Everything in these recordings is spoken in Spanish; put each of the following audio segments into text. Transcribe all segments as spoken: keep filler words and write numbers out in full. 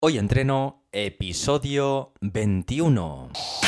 Hoy entreno, episodio veintiuno.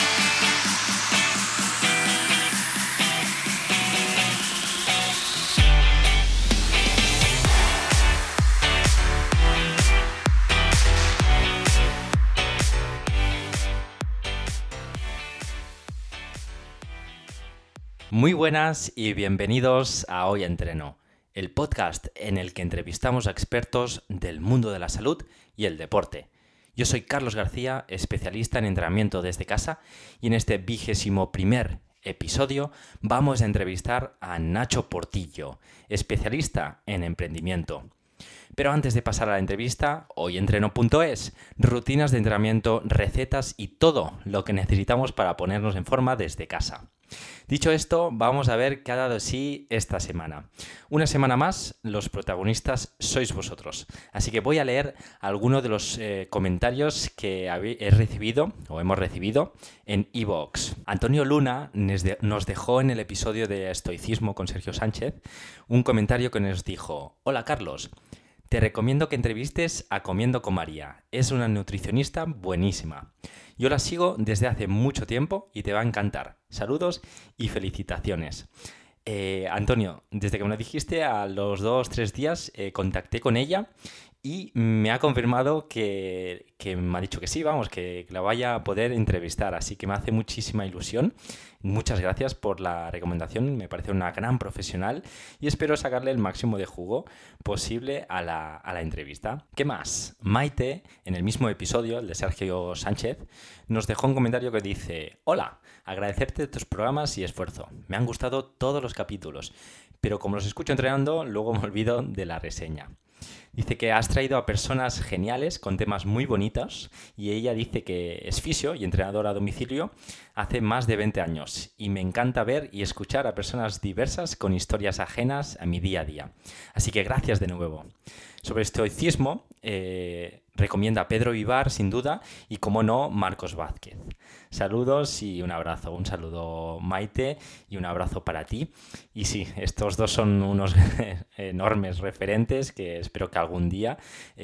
Muy buenas y bienvenidos a Hoy Entreno, el podcast en el que entrevistamos a expertos del mundo de la salud y el deporte. Yo soy Carlos García, especialista en entrenamiento desde casa, y en este vigésimo primer episodio vamos a entrevistar a Nacho Portillo, especialista en emprendimiento. Pero antes de pasar a la entrevista, hoyentreno punto es, rutinas de entrenamiento, recetas y todo lo que necesitamos para ponernos en forma desde casa. Dicho esto, vamos a ver qué ha dado sí esta semana. Una semana más, los protagonistas sois vosotros. Así que voy a leer algunos de los eh, comentarios que he recibido o hemos recibido en iVoox. Antonio Luna nos dejó en el episodio de Estoicismo con Sergio Sánchez un comentario que nos dijo: Hola Carlos, te recomiendo que entrevistes a Comiendo con María. Es una nutricionista buenísima. Yo la sigo desde hace mucho tiempo y te va a encantar. Saludos y felicitaciones. Eh, Antonio, desde que me lo dijiste, a los dos, tres días eh, contacté con ella y me ha confirmado que, que me ha dicho que sí, vamos, que, que la vaya a poder entrevistar. Así que me hace muchísima ilusión. Muchas gracias por la recomendación, me parece una gran profesional y espero sacarle el máximo de jugo posible a la, a la entrevista. ¿Qué más? Maite, en el mismo episodio, el de Sergio Sánchez, nos dejó un comentario que dice: Hola, agradecerte tus programas y esfuerzo. Me han gustado todos los capítulos, pero como los escucho entrenando, luego me olvido de la reseña. Dice que has traído a personas geniales con temas muy bonitos y ella dice que es fisio y entrenadora a domicilio hace más de veinte años y me encanta ver y escuchar a personas diversas con historias ajenas a mi día a día. Así que gracias de nuevo. Sobre estoicismo, eh, recomienda a Pedro Vivar, sin duda, y como no, Marcos Vázquez. Saludos y un abrazo. Un saludo, Maite, y un abrazo para ti. Y sí, estos dos son unos enormes referentes que espero que algún día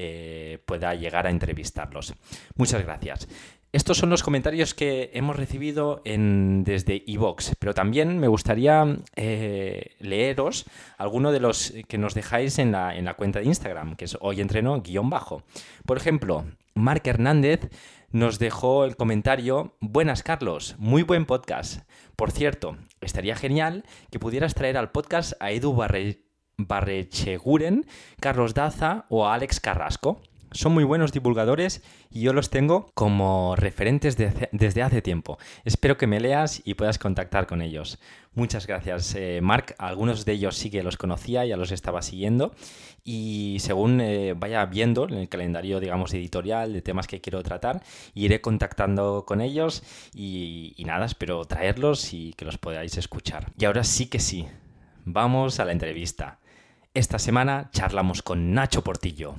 eh, pueda llegar a entrevistarlos. Muchas gracias. Estos son los comentarios que hemos recibido en, desde iVoox, pero también me gustaría eh, leeros algunos de los que nos dejáis en la, en la cuenta de Instagram, que es hoyentreno guión bajo. Por ejemplo, Marc Hernández nos dejó el comentario: Buenas Carlos, muy buen podcast. Por cierto, estaría genial que pudieras traer al podcast a Edu Barre, Barrecheguren, Carlos Daza o a Alex Carrasco. Son muy buenos divulgadores y yo los tengo como referentes de, desde hace tiempo. Espero que me leas y puedas contactar con ellos. Muchas gracias, eh, Marc. Algunos de ellos sí que los conocía, ya los estaba siguiendo. Y según eh, vaya viendo en el calendario, digamos, editorial de temas que quiero tratar, iré contactando con ellos y, y nada, espero traerlos y que los podáis escuchar. Y ahora sí que sí, vamos a la entrevista. Esta semana charlamos con Nacho Portillo.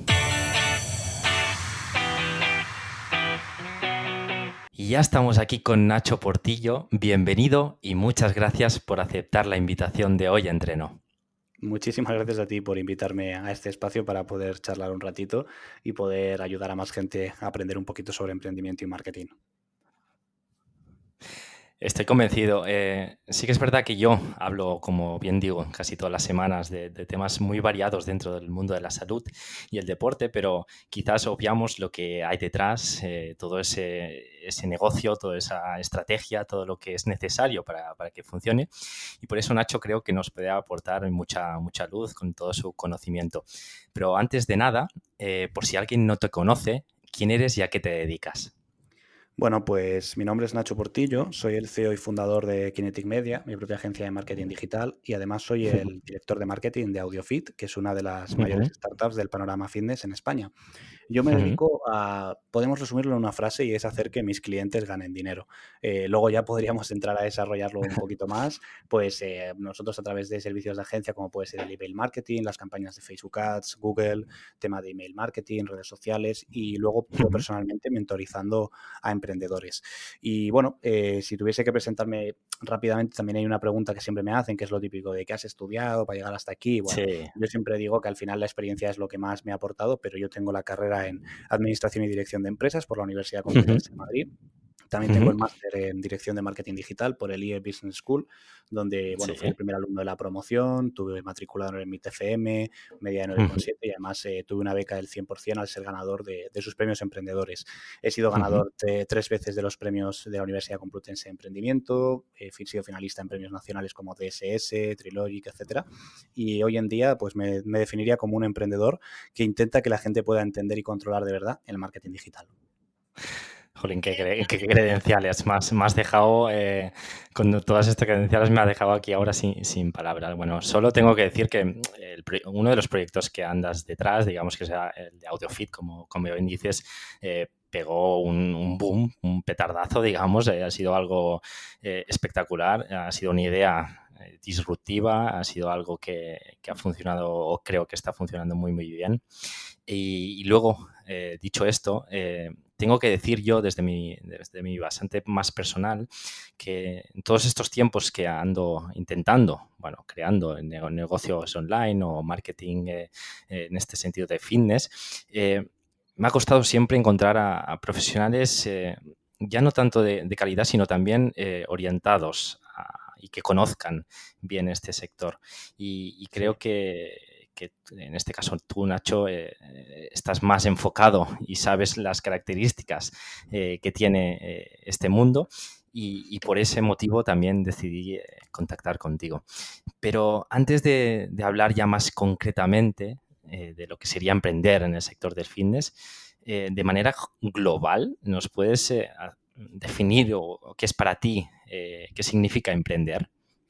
Y ya estamos aquí con Nacho Portillo. Bienvenido y muchas gracias por aceptar la invitación de Hoy Entreno. Muchísimas gracias a ti por invitarme a este espacio para poder charlar un ratito y poder ayudar a más gente a aprender un poquito sobre emprendimiento y marketing. Estoy convencido. Eh, sí que es verdad que yo hablo, como bien digo, casi todas las semanas de, de temas muy variados dentro del mundo de la salud y el deporte, pero quizás obviamos lo que hay detrás, eh, todo ese, ese negocio, toda esa estrategia, todo lo que es necesario para, para que funcione. Y por eso Nacho creo que nos puede aportar mucha, mucha luz con todo su conocimiento. Pero antes de nada, eh, por si alguien no te conoce, ¿quién eres y a qué te dedicas? Bueno, pues mi nombre es Nacho Portillo, soy el C E O y fundador de Kinetic Media, mi propia agencia de marketing digital, y además soy el director de marketing de AudioFit, que es una de las mayores startups del panorama fitness en España. Yo me dedico a, podemos resumirlo en una frase, y es hacer que mis clientes ganen dinero. Eh, luego ya podríamos entrar a desarrollarlo un poquito más, pues eh, nosotros a través de servicios de agencia como puede ser el email marketing, las campañas de Facebook Ads, Google, tema de email marketing, redes sociales, y luego yo personalmente mentorizando a empresarios emprendedores. Y bueno, eh, si tuviese que presentarme rápidamente, también hay una pregunta que siempre me hacen, que es lo típico de ¿qué has estudiado para llegar hasta aquí? Bueno, Sí. yo siempre digo que al final la experiencia es lo que más me ha aportado, pero yo tengo la carrera en Administración y Dirección de Empresas por la Universidad Ujú, Complutense de Madrid. También tengo ujú, el máster en Dirección de Marketing Digital por el I E Business School, donde, bueno, sí. fui el primer alumno de la promoción, tuve matriculado en el M I T F M, media de nueve coma Ujú, siete y además eh, tuve una beca del cien por ciento al ser ganador de, de sus premios emprendedores. He sido ujú. ganador de, tres veces de los premios de la Universidad Complutense de Emprendimiento, he sido finalista en premios nacionales como D S S, Trilogic, etcétera. Y hoy en día pues me, me definiría como un emprendedor que intenta que la gente pueda entender y controlar de verdad el marketing digital. Jolín, qué, cre- qué credenciales. Más, más dejado, eh, con todas estas credenciales me ha dejado aquí ahora sin, sin palabras. Bueno, solo tengo que decir que mm, el pro- uno de los proyectos que andas detrás, digamos que sea el de AudioFit, como, como bien dices, eh, pegó un, un boom, un petardazo, digamos. Eh, ha sido algo eh, espectacular, ha sido una idea eh, disruptiva, ha sido algo que, que ha funcionado o creo que está funcionando muy, muy bien. Y, y luego, eh, dicho esto, eh, tengo que decir yo desde mi, desde mi bastante más personal que en todos estos tiempos que ando intentando, bueno, creando ne- negocios online o marketing eh, eh, en este sentido de fitness, eh, me ha costado siempre encontrar a, a profesionales eh, ya no tanto de, de calidad, sino también eh, orientados a- y que conozcan bien este sector. Y, y creo Sí. que, que en este caso tú, Nacho, eh, estás más enfocado y sabes las características eh, que tiene eh, este mundo y, y, por ese motivo también decidí eh, contactar contigo. Pero antes de, de hablar ya más concretamente eh, de lo que sería emprender en el sector del fitness, eh, de manera global, ¿nos puedes eh, definir o, o qué es para ti, eh, qué significa emprender?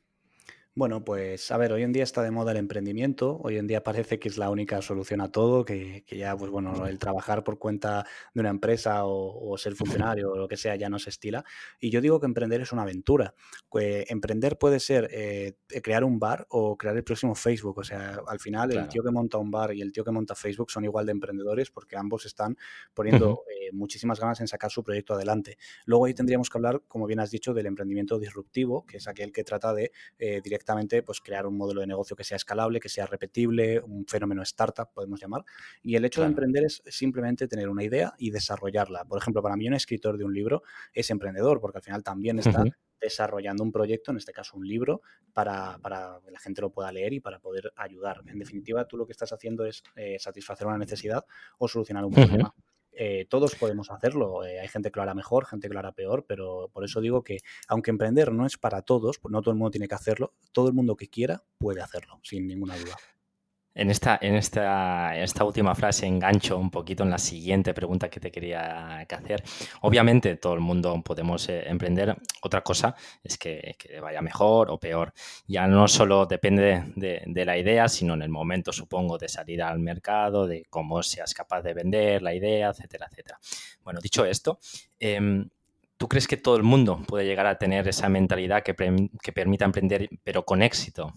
Bueno, pues a ver, hoy en día está de moda el emprendimiento, hoy en día parece que es la única solución a todo, que, que ya, pues bueno, el trabajar por cuenta de una empresa o, o ser funcionario o lo que sea ya no se estila. Y yo digo que emprender es una aventura. Que emprender puede ser eh, crear un bar o crear el próximo Facebook. O sea, al final el Claro. tío que monta un bar y el tío que monta Facebook son igual de emprendedores porque ambos están Uh -huh. poniendo eh, muchísimas ganas en sacar su proyecto adelante. Luego ahí tendríamos que hablar, como bien has dicho, del emprendimiento disruptivo, que es aquel que trata de eh, directamente pues crear un modelo de negocio que sea escalable, que sea repetible, un fenómeno startup, podemos llamar. Y el hecho de Claro. emprender es simplemente tener una idea y desarrollarla. Por ejemplo, para mí un escritor de un libro es emprendedor, porque al final también Uh está -huh. desarrollando un proyecto, en este caso un libro, para, para que la gente lo pueda leer y para poder ayudar. En definitiva, tú lo que estás haciendo es eh, satisfacer una necesidad o solucionar un Uh -huh. problema. Eh, todos podemos hacerlo. Eh, hay gente que lo hará mejor, gente que lo hará peor, pero por eso digo que aunque emprender no es para todos, pues no todo el mundo tiene que hacerlo, todo el mundo que quiera puede hacerlo, sin ninguna duda. En esta, en esta, esta última frase engancho un poquito en la siguiente pregunta que te quería que hacer. Obviamente todo el mundo podemos eh, emprender. Otra cosa es que, que vaya mejor o peor. Ya no solo depende de, de la idea, sino en el momento, supongo, de salir al mercado, de cómo seas capaz de vender la idea, etcétera, etcétera. Bueno, dicho esto, eh, ¿tú crees que todo el mundo puede llegar a tener esa mentalidad que, pre que permita emprender, pero con éxito?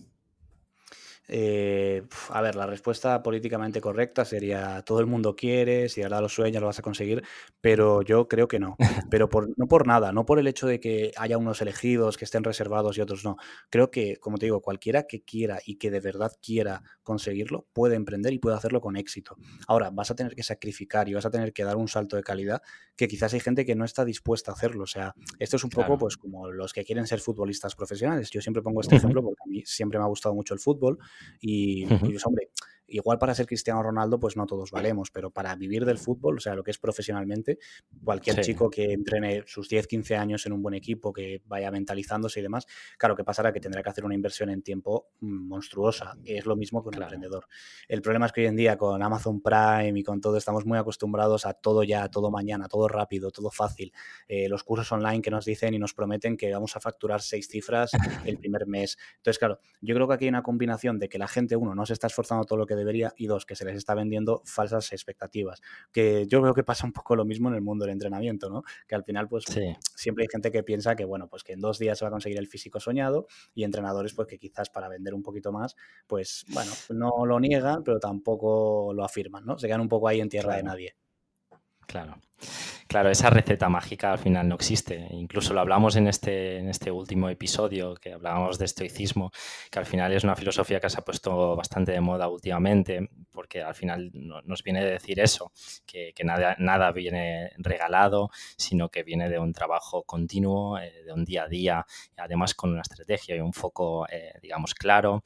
Eh, a ver, la respuesta políticamente correcta sería todo el mundo quiere, si de verdad lo sueñas lo vas a conseguir, pero yo creo que no. Pero por, no por nada, no por el hecho de que haya unos elegidos que estén reservados y otros no. Creo que, como te digo, cualquiera que quiera y que de verdad quiera conseguirlo puede emprender y puede hacerlo con éxito. Ahora, vas a tener que sacrificar y vas a tener que dar un salto de calidad que quizás hay gente que no está dispuesta a hacerlo. O sea, esto es un poco Claro. pues como los que quieren ser futbolistas profesionales. Yo siempre pongo este Uh -huh. ejemplo porque a mí siempre me ha gustado mucho el fútbol. Y, Uh -huh. pues, hombre, igual para ser Cristiano Ronaldo, pues no todos valemos, pero para vivir del fútbol, o sea, lo que es profesionalmente, cualquier Sí, chico que entrene sus diez, quince años en un buen equipo, que vaya mentalizándose y demás, claro, que pasará que tendrá que hacer una inversión en tiempo monstruosa. Es lo mismo que un claro. emprendedor. El problema es que hoy en día con Amazon Prime y con todo estamos muy acostumbrados a todo ya, todo mañana, todo rápido, todo fácil. Eh, los cursos online que nos dicen y nos prometen que vamos a facturar seis cifras el primer mes. Entonces, claro, yo creo que aquí hay una combinación de que la gente, uno, no se está esforzando todo lo que debería y dos, que se les está vendiendo falsas expectativas. Que yo creo que pasa un poco lo mismo en el mundo del entrenamiento, ¿no? Que al final, pues, Sí. siempre hay gente que piensa que, bueno, pues que en dos días se va a conseguir el físico soñado y entrenadores, pues, que quizás para vender un poquito más, pues, bueno, no lo niegan, pero tampoco lo afirman, ¿no? Se quedan un poco ahí en tierra de Claro, nadie. claro. Claro, esa receta mágica al final no existe. Incluso lo hablamos en este, en este último episodio, que hablábamos de estoicismo, que al final es una filosofía que se ha puesto bastante de moda últimamente, porque al final no- nos viene de decir eso, que, que nada, nada viene regalado, sino que viene de un trabajo continuo, eh, de un día a día, además con una estrategia y un foco, eh, digamos, claro,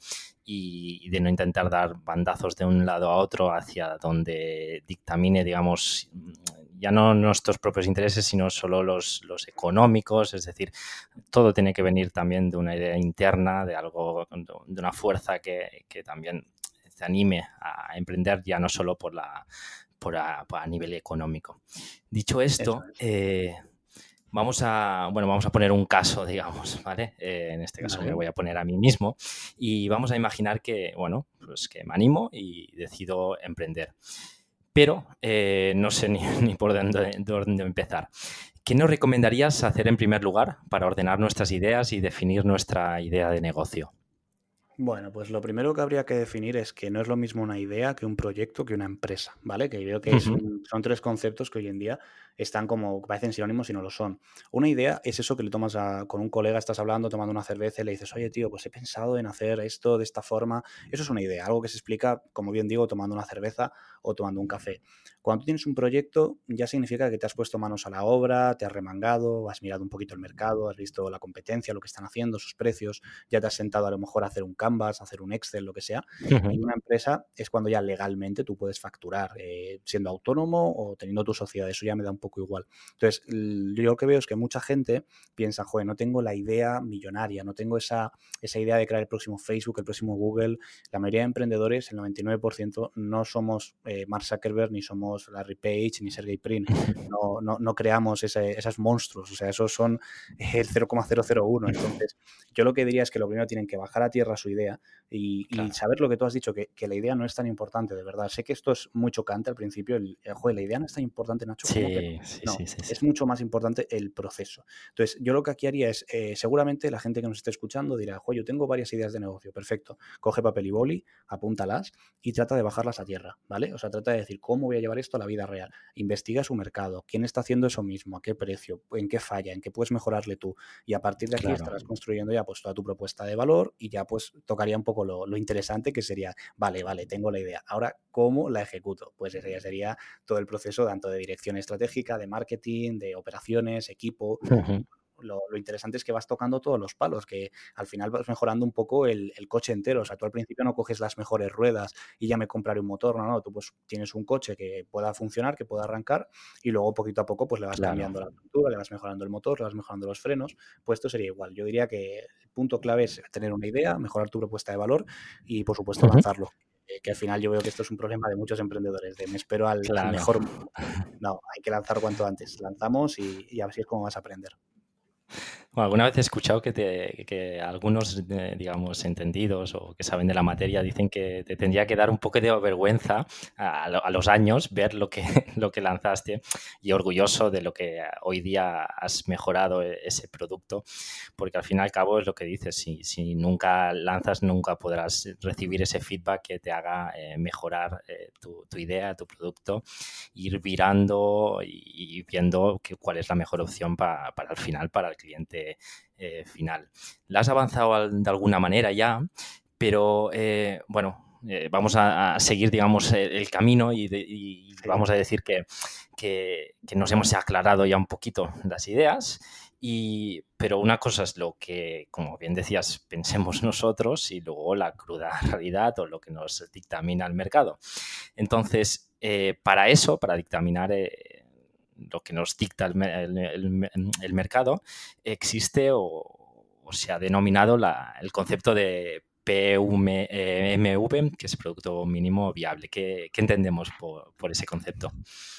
y, y de no intentar dar bandazos de un lado a otro hacia donde dictamine, digamos, ya no nuestros propios intereses, sino solo los, los económicos, es decir, todo tiene que venir también de una idea interna, de algo, de una fuerza que, que también te anime a emprender, ya no solo por la, por a, a nivel económico. Dicho Eso esto, es. eh, vamos a, bueno, vamos a poner un caso, digamos, ¿vale? Eh, en este caso me Vale. voy a poner a mí mismo y vamos a imaginar que, bueno, pues que me animo y decido emprender. Pero eh, no sé ni, ni por dónde, dónde empezar. ¿Qué nos recomendarías hacer en primer lugar para ordenar nuestras ideas y definir nuestra idea de negocio? Bueno, pues lo primero que habría que definir es que no es lo mismo una idea que un proyecto que una empresa, ¿vale? Que creo que es Ujú, un- son tres conceptos que hoy en día están como, parecen sinónimos y no lo son. Una idea es eso que le tomas a, con un colega, estás hablando, tomando una cerveza y le dices, oye, tío, pues he pensado en hacer esto de esta forma. Eso es una idea, algo que se explica, como bien digo, tomando una cerveza o tomando un café. Cuando tú tienes un proyecto, ya significa que te has puesto manos a la obra, te has remangado, has mirado un poquito el mercado, has visto la competencia, lo que están haciendo, sus precios, ya te has sentado a lo mejor a hacer un Canvas, a hacer un Excel, lo que sea. ujú, Y una empresa es cuando ya legalmente tú puedes facturar, eh, siendo autónomo o teniendo tu sociedad. Eso ya me da un poco igual. Entonces, yo lo que veo es que mucha gente piensa, joder, no tengo la idea millonaria, no tengo esa, esa idea de crear el próximo Facebook, el próximo Google. La mayoría de emprendedores, el noventa y nueve por ciento, no somos eh, Mark Zuckerberg, ni somos Larry Page, ni Sergey Brin. No, no, no creamos ese, esos monstruos, o sea, esos son el cero coma cero cero uno. Entonces, yo lo que diría es que lo primero tienen que bajar a tierra su idea y, y claro. saber lo que tú has dicho, que, que la idea no es tan importante, de verdad. Sé que esto es muy chocante al principio, el, el, joder, la idea no es tan importante, Nacho, ¿cómo que no? Sí, sí, No, sí, sí, sí. es mucho más importante el proceso. Entonces, yo lo que aquí haría es, eh, seguramente la gente que nos esté escuchando dirá, joder, yo tengo varias ideas de negocio, perfecto, coge papel y boli, apúntalas y trata de bajarlas a tierra, ¿vale? O sea, trata de decir, ¿cómo voy a llevar esto a la vida real? Investiga su mercado, quién está haciendo eso mismo, a qué precio, en qué falla, en qué puedes mejorarle tú. Y a partir de aquí Claro. estarás construyendo ya pues toda tu propuesta de valor y ya pues tocaría un poco lo, lo interesante que sería, vale, vale, tengo la idea. Ahora, ¿cómo la ejecuto? Pues ese ya sería todo el proceso tanto de dirección estratégica, de marketing, de operaciones, equipo. Ujú, Y lo, lo interesante es que vas tocando todos los palos, que al final vas mejorando un poco el, el coche entero. O sea, tú al principio no coges las mejores ruedas y ya me compraré un motor, no, no, tú pues tienes un coche que pueda funcionar, que pueda arrancar y luego poquito a poco pues le vas claro. cambiando la pintura, le vas mejorando el motor, le vas mejorando los frenos, pues esto sería igual. Yo diría que el punto clave es tener una idea, mejorar tu propuesta de valor y por supuesto Ujú, lanzarlo. Eh, que al final yo veo que esto es un problema de muchos emprendedores, de me espero al, al claro. mejor momento. No, hay que lanzar cuanto antes. Lanzamos y, y así es como vas a aprender. Bueno, alguna vez he escuchado que, te- que algunos, eh, digamos, entendidos o que saben de la materia dicen que te tendría que dar un poco de vergüenza a, a lo- a los años ver lo que, lo que lanzaste y orgulloso de lo que hoy día has mejorado e- ese producto, porque al fin y al cabo es lo que dices, si, si nunca lanzas, nunca podrás recibir ese feedback que te haga eh, mejorar eh, tu, tu idea, tu producto, ir virando y, y viendo que, cuál es la mejor opción pa- para el final, para el cliente eh, final. La has avanzado al- de alguna manera ya, pero eh, bueno, eh, vamos a, a seguir, digamos, el, el camino y, de- y Sí. vamos a decir que, que- que nos hemos aclarado ya un poquito las ideas. Y, pero una cosa es lo que, como bien decías, pensemos nosotros y luego la cruda realidad o lo que nos dictamina el mercado. Entonces, eh, para eso, para dictaminar eh, lo que nos dicta el, el- el- el mercado, existe o, o se ha denominado la- el concepto de P M V, que es Producto Mínimo Viable. ¿Qué, qué entendemos por, por ese concepto?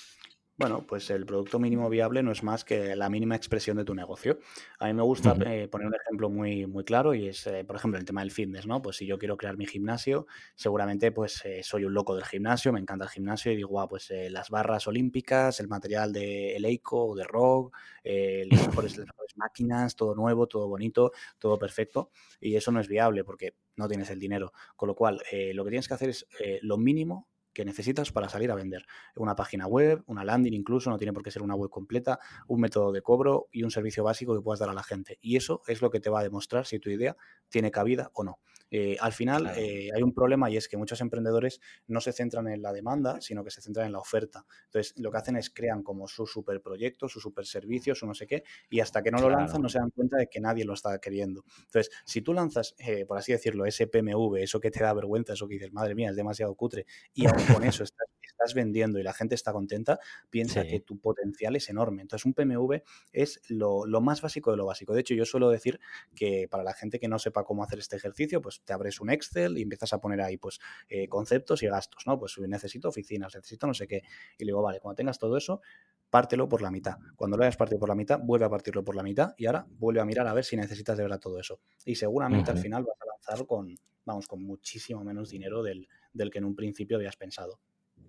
Bueno, pues el producto mínimo viable no es más que la mínima expresión de tu negocio. A mí me gusta Ujú, eh, poner un ejemplo muy, muy claro y es, eh, por ejemplo, el tema del fitness, ¿no? Pues si yo quiero crear mi gimnasio, seguramente pues eh, soy un loco del gimnasio, me encanta el gimnasio y digo, guau, pues eh, las barras olímpicas, el material de Eleiko o de Rogue, eh, los mejores, las mejores máquinas, todo nuevo, todo bonito, todo perfecto. Y eso no es viable porque no tienes el dinero. Con lo cual, eh, lo que tienes que hacer es eh, lo mínimo que necesitas para salir a vender. Una página web, una landing incluso, no tiene por qué ser una web completa, un método de cobro y un servicio básico que puedas dar a la gente. Y eso es lo que te va a demostrar si tu idea tiene cabida o no. Eh, al final Claro. eh, hay un problema y es que muchos emprendedores no se centran en la demanda, sino que se centran en la oferta. Entonces, lo que hacen es crean como su super proyecto, su super servicio, su no sé qué, y hasta que no lo lanzan Claro. no se dan cuenta de que nadie lo está queriendo. Entonces, si tú lanzas, eh, por así decirlo, ese P M V, eso que te da vergüenza, eso que dices, madre mía, es demasiado cutre, y aún con eso estás, estás vendiendo y la gente está contenta, piensa que Sí. tu potencial es enorme. Entonces, un P M V es lo, lo más básico de lo básico. De hecho, yo suelo decir que para la gente que no sepa cómo hacer este ejercicio, pues te abres un Excel y empiezas a poner ahí pues eh, conceptos y gastos, ¿no? Pues necesito oficinas, necesito no sé qué. Y le digo, vale, cuando tengas todo eso, pártelo por la mitad. Cuando lo hayas partido por la mitad, vuelve a partirlo por la mitad y ahora vuelve a mirar a ver si necesitas de verdad todo eso. Y seguramente al Ujú. final vas a lanzar con, vamos, con muchísimo menos dinero del, del que en un principio habías pensado.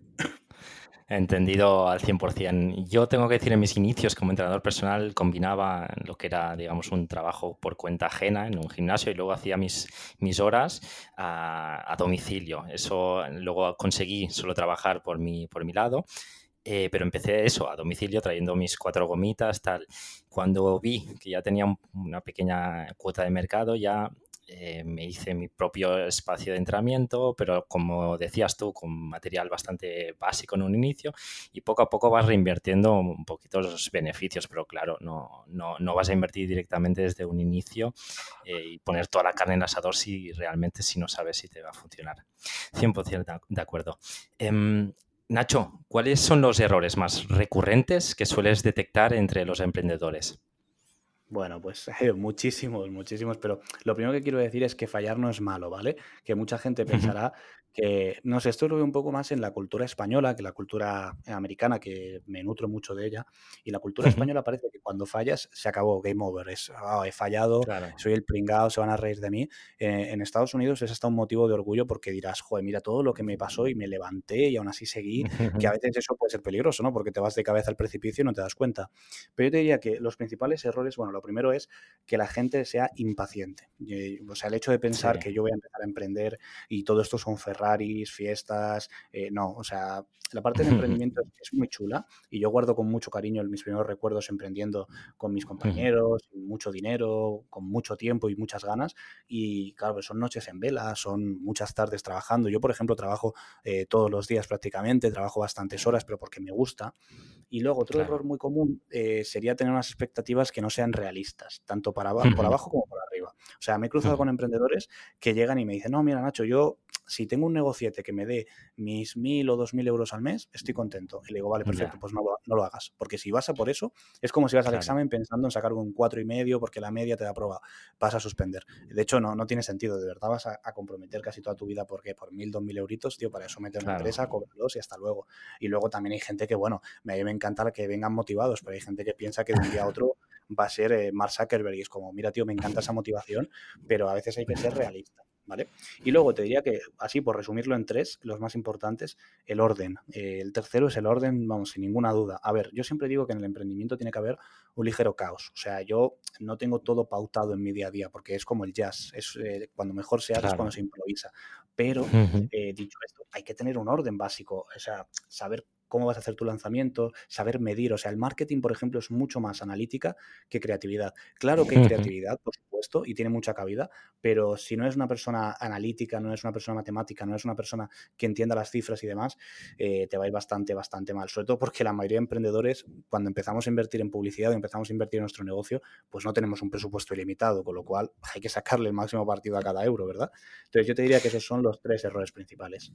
Entendido al cien por ciento. Yo tengo que decir, en mis inicios como entrenador personal combinaba lo que era, digamos, un trabajo por cuenta ajena en un gimnasio y luego hacía mis, mis horas a, a domicilio. Eso luego conseguí solo trabajar por mi, por mi lado. Eh, pero empecé eso, a domicilio, trayendo mis cuatro gomitas, tal. Cuando vi que ya tenía un- una pequeña cuota de mercado, ya eh, me hice mi propio espacio de entrenamiento, pero como decías tú, con material bastante básico en un inicio, y poco a poco vas reinvirtiendo un poquito los beneficios, pero claro, no, no, no vas a invertir directamente desde un inicio eh, y poner toda la carne en el asador si realmente si no sabes si te va a funcionar. cien por ciento de de acuerdo. Em, Nacho, ¿cuáles son los errores más recurrentes que sueles detectar entre los emprendedores? Bueno, pues eh, muchísimos, muchísimos, pero lo primero que quiero decir es que fallar no es malo, ¿vale? Que mucha gente Ujú, pensará que, no sé, esto lo veo un poco más en la cultura española que la cultura americana, que me nutro mucho de ella, y la cultura ujú. española parece que cuando fallas se acabó, game over, es, "Ah, he fallado, Claro. soy el pringao, se van a reír de mí". Eh, en Estados Unidos es hasta un motivo de orgullo porque dirás, joder, mira todo lo que me pasó y me levanté y aún así seguí, que a veces eso puede ser peligroso, ¿no? Porque te vas de cabeza al precipicio y no te das cuenta. Pero yo te diría que los principales errores, bueno, lo primero es que la gente sea impaciente. Y, o sea, el hecho de Sí. pensar que yo voy a empezar a emprender y todo esto son Ferraris, fiestas, eh, no, o sea, la parte del emprendimiento es, es muy chula y yo guardo con mucho cariño mis primeros recuerdos emprendiendo con mis compañeros, sin mucho dinero, con mucho tiempo y muchas ganas. Y claro, pues son noches en vela, son muchas tardes trabajando. Yo, por ejemplo, trabajo eh, todos los días prácticamente, trabajo bastantes horas, pero porque me gusta. Y luego otro error Claro. muy común eh, sería tener unas expectativas que no sean realistas, tanto para aba- por abajo como por arriba. O sea, me he cruzado con emprendedores que llegan y me dicen, no, mira, Nacho, yo si tengo un negociete que me dé mis mil o dos mil euros al mes, estoy contento. Y le digo, vale, perfecto, Ya, pues no lo, no lo hagas. Porque si vas a por eso, es como si vas al claro. examen pensando en sacar un cuatro y medio porque la media te da prueba. Vas a suspender. De hecho, no, no tiene sentido. De verdad vas a, a comprometer casi toda tu vida porque por mil, dos mil euritos, tío, para eso mete una Claro. empresa, cóbralos y hasta luego. Y luego también hay gente que, bueno, a mí me encanta que vengan motivados, pero hay gente que piensa que de un día a otro va a ser eh, Mark Zuckerberg y es como, mira, tío, me encanta esa motivación, pero a veces hay que ser realista, ¿vale? Y luego te diría que, así por resumirlo en tres, los más importantes, el orden. Eh, el tercero es el orden, vamos, sin ninguna duda. A ver, yo siempre digo que en el emprendimiento tiene que haber un ligero caos. O sea, yo no tengo todo pautado en mi día a día, porque es como el jazz. Es, eh, cuando mejor se hace es cuando Claro. se improvisa. Pero, Ujú, eh, dicho esto, hay que tener un orden básico. O sea, saber cómo vas a hacer tu lanzamiento, saber medir. O sea, el marketing, por ejemplo, es mucho más analítica que creatividad. Claro que hay ujú. creatividad, por supuesto, y tiene mucha cabida, pero si no es una persona analítica, no es una persona matemática, no es una persona que entienda las cifras y demás, eh, te va a ir bastante, bastante mal. Sobre todo porque la mayoría de emprendedores, cuando empezamos a invertir en publicidad o empezamos a invertir en nuestro negocio, pues no tenemos un presupuesto ilimitado, con lo cual hay que sacarle el máximo partido a cada euro, ¿verdad? Entonces yo te diría que esos son los tres errores principales.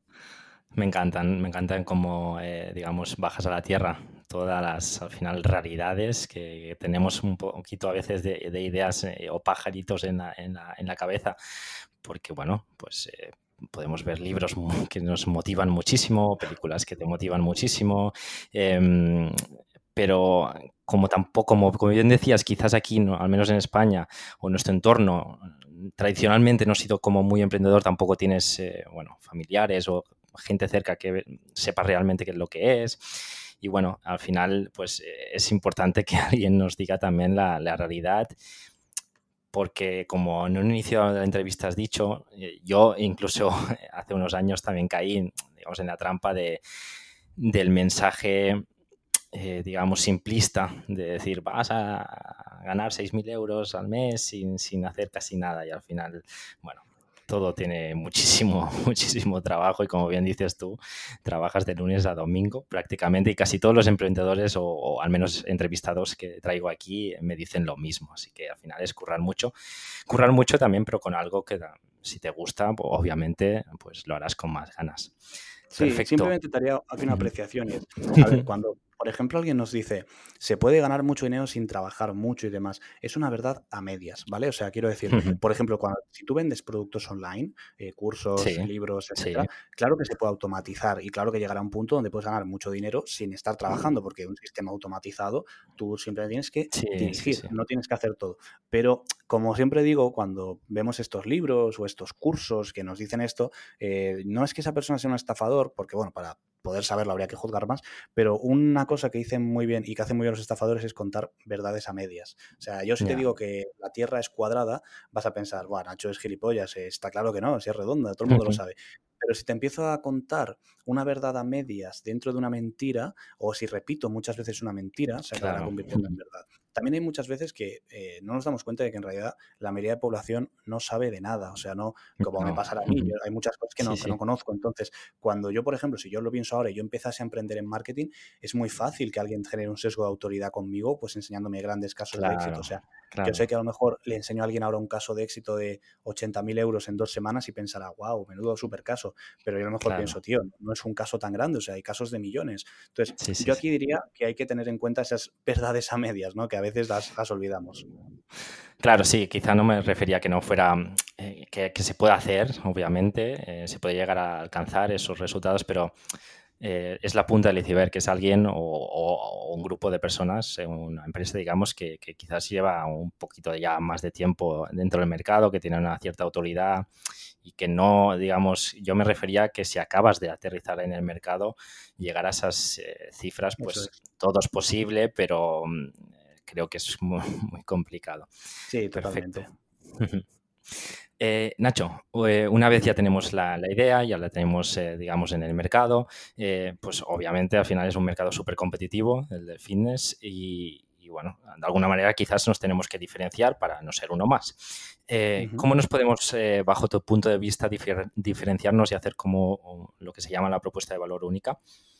Me encantan, me encantan cómo, eh, digamos, bajas a la tierra todas las, al final, realidades que tenemos un poquito a veces de, de ideas eh, o pajaritos en la, en la, en la cabeza, porque, bueno, pues eh, podemos ver libros mu- que nos motivan muchísimo, películas que te motivan muchísimo, em, pero como tampoco, como, como bien decías, quizás aquí, no, al menos en España o en nuestro entorno, tradicionalmente no has sido como muy emprendedor, tampoco tienes, eh, bueno, familiares o gente cerca que sepa realmente qué es lo que es. Y bueno, al final, pues eh, es importante que alguien nos diga también la, la realidad, porque como en un inicio de la entrevista has dicho, eh, yo incluso hace unos años también caí, digamos, en la trampa de, del mensaje, eh, digamos, simplista de decir, vas a ganar seis mil euros al mes sin, sin hacer casi nada y al final, bueno, todo tiene muchísimo, muchísimo trabajo y como bien dices tú, trabajas de lunes a domingo prácticamente y casi todos los emprendedores o, o al menos entrevistados que traigo aquí me dicen lo mismo. Así que al final es currar mucho. Currar mucho también, pero con algo que si te gusta, pues, obviamente, pues lo harás con más ganas. Sí, Perfecto. simplemente te haría aquí una apreciación y es, a ver, cuando, por ejemplo, alguien nos dice, se puede ganar mucho dinero sin trabajar mucho y demás, es una verdad a medias, ¿vale? O sea, quiero decir, por ejemplo, cuando, si tú vendes productos online, eh, cursos, Sí, libros, sí, etcétera, claro que se puede automatizar y claro que llegará un punto donde puedes ganar mucho dinero sin estar trabajando, porque un sistema automatizado tú siempre tienes que sí, sí, dirigir, sí. no tienes que hacer todo. Pero, como siempre digo, cuando vemos estos libros o estos cursos que nos dicen esto, eh, no es que esa persona sea un estafador, porque bueno, para poder saberlo habría que juzgar más, pero una cosa que dicen muy bien y que hacen muy bien los estafadores es contar verdades a medias. O sea, yo si te Ya, digo que la Tierra es cuadrada, vas a pensar, bueno, Nacho es gilipollas, eh, está claro que no, si es redonda, todo el mundo lo sabe. Pero si te empiezo a contar una verdad a medias dentro de una mentira, o si repito muchas veces una mentira, se acabará claro. convirtiendo en verdad. También hay muchas veces que eh, no nos damos cuenta de que en realidad la mayoría de población no sabe de nada, o sea, no, como me No. pasará a mí, yo- hay muchas cosas que Sí, no, que sí, no conozco, entonces cuando yo, por ejemplo, si yo lo pienso ahora y yo empezase a emprender en marketing, es muy fácil que alguien genere un sesgo de autoridad conmigo, pues enseñándome grandes casos de éxito. O claro, sea, yo sé claro, que a lo mejor le enseño a alguien ahora un caso de éxito de ochenta mil euros en dos semanas y pensará, wow, menudo super caso. Pero yo a lo mejor claro. pienso, tío, no es un caso tan grande, o sea, hay casos de millones. Entonces, Sí, sí, yo sí. aquí diría que hay que tener en cuenta esas verdades a medias, ¿no? Que a veces las, las olvidamos. Claro, sí, quizá no me refería a que no fuera, eh, que, que se puede hacer, obviamente, eh, se puede llegar a alcanzar esos resultados, pero eh, es la punta del iceberg, que es alguien o, o- o un grupo de personas, eh, una empresa, digamos, que, que quizás lleva un poquito ya más de tiempo dentro del mercado, que tiene una cierta autoridad y que no, digamos, yo me refería a que si acabas de aterrizar en el mercado, llegar a esas eh, cifras, Eso pues es. todo es posible, pero mm, creo que es muy, muy complicado. Sí, Perfecto. totalmente. Eh, Nacho, eh, una vez ya tenemos la, la idea, ya la tenemos, eh, digamos, en el mercado, eh, pues obviamente al final es un mercado súper competitivo, el de fitness, y, y, bueno, de alguna manera quizás nos tenemos que diferenciar para no ser uno más. Eh, Ujú. ¿Cómo nos podemos, eh, bajo tu punto de vista, difer- diferenciarnos y hacer como lo que se llama la propuesta de valor única?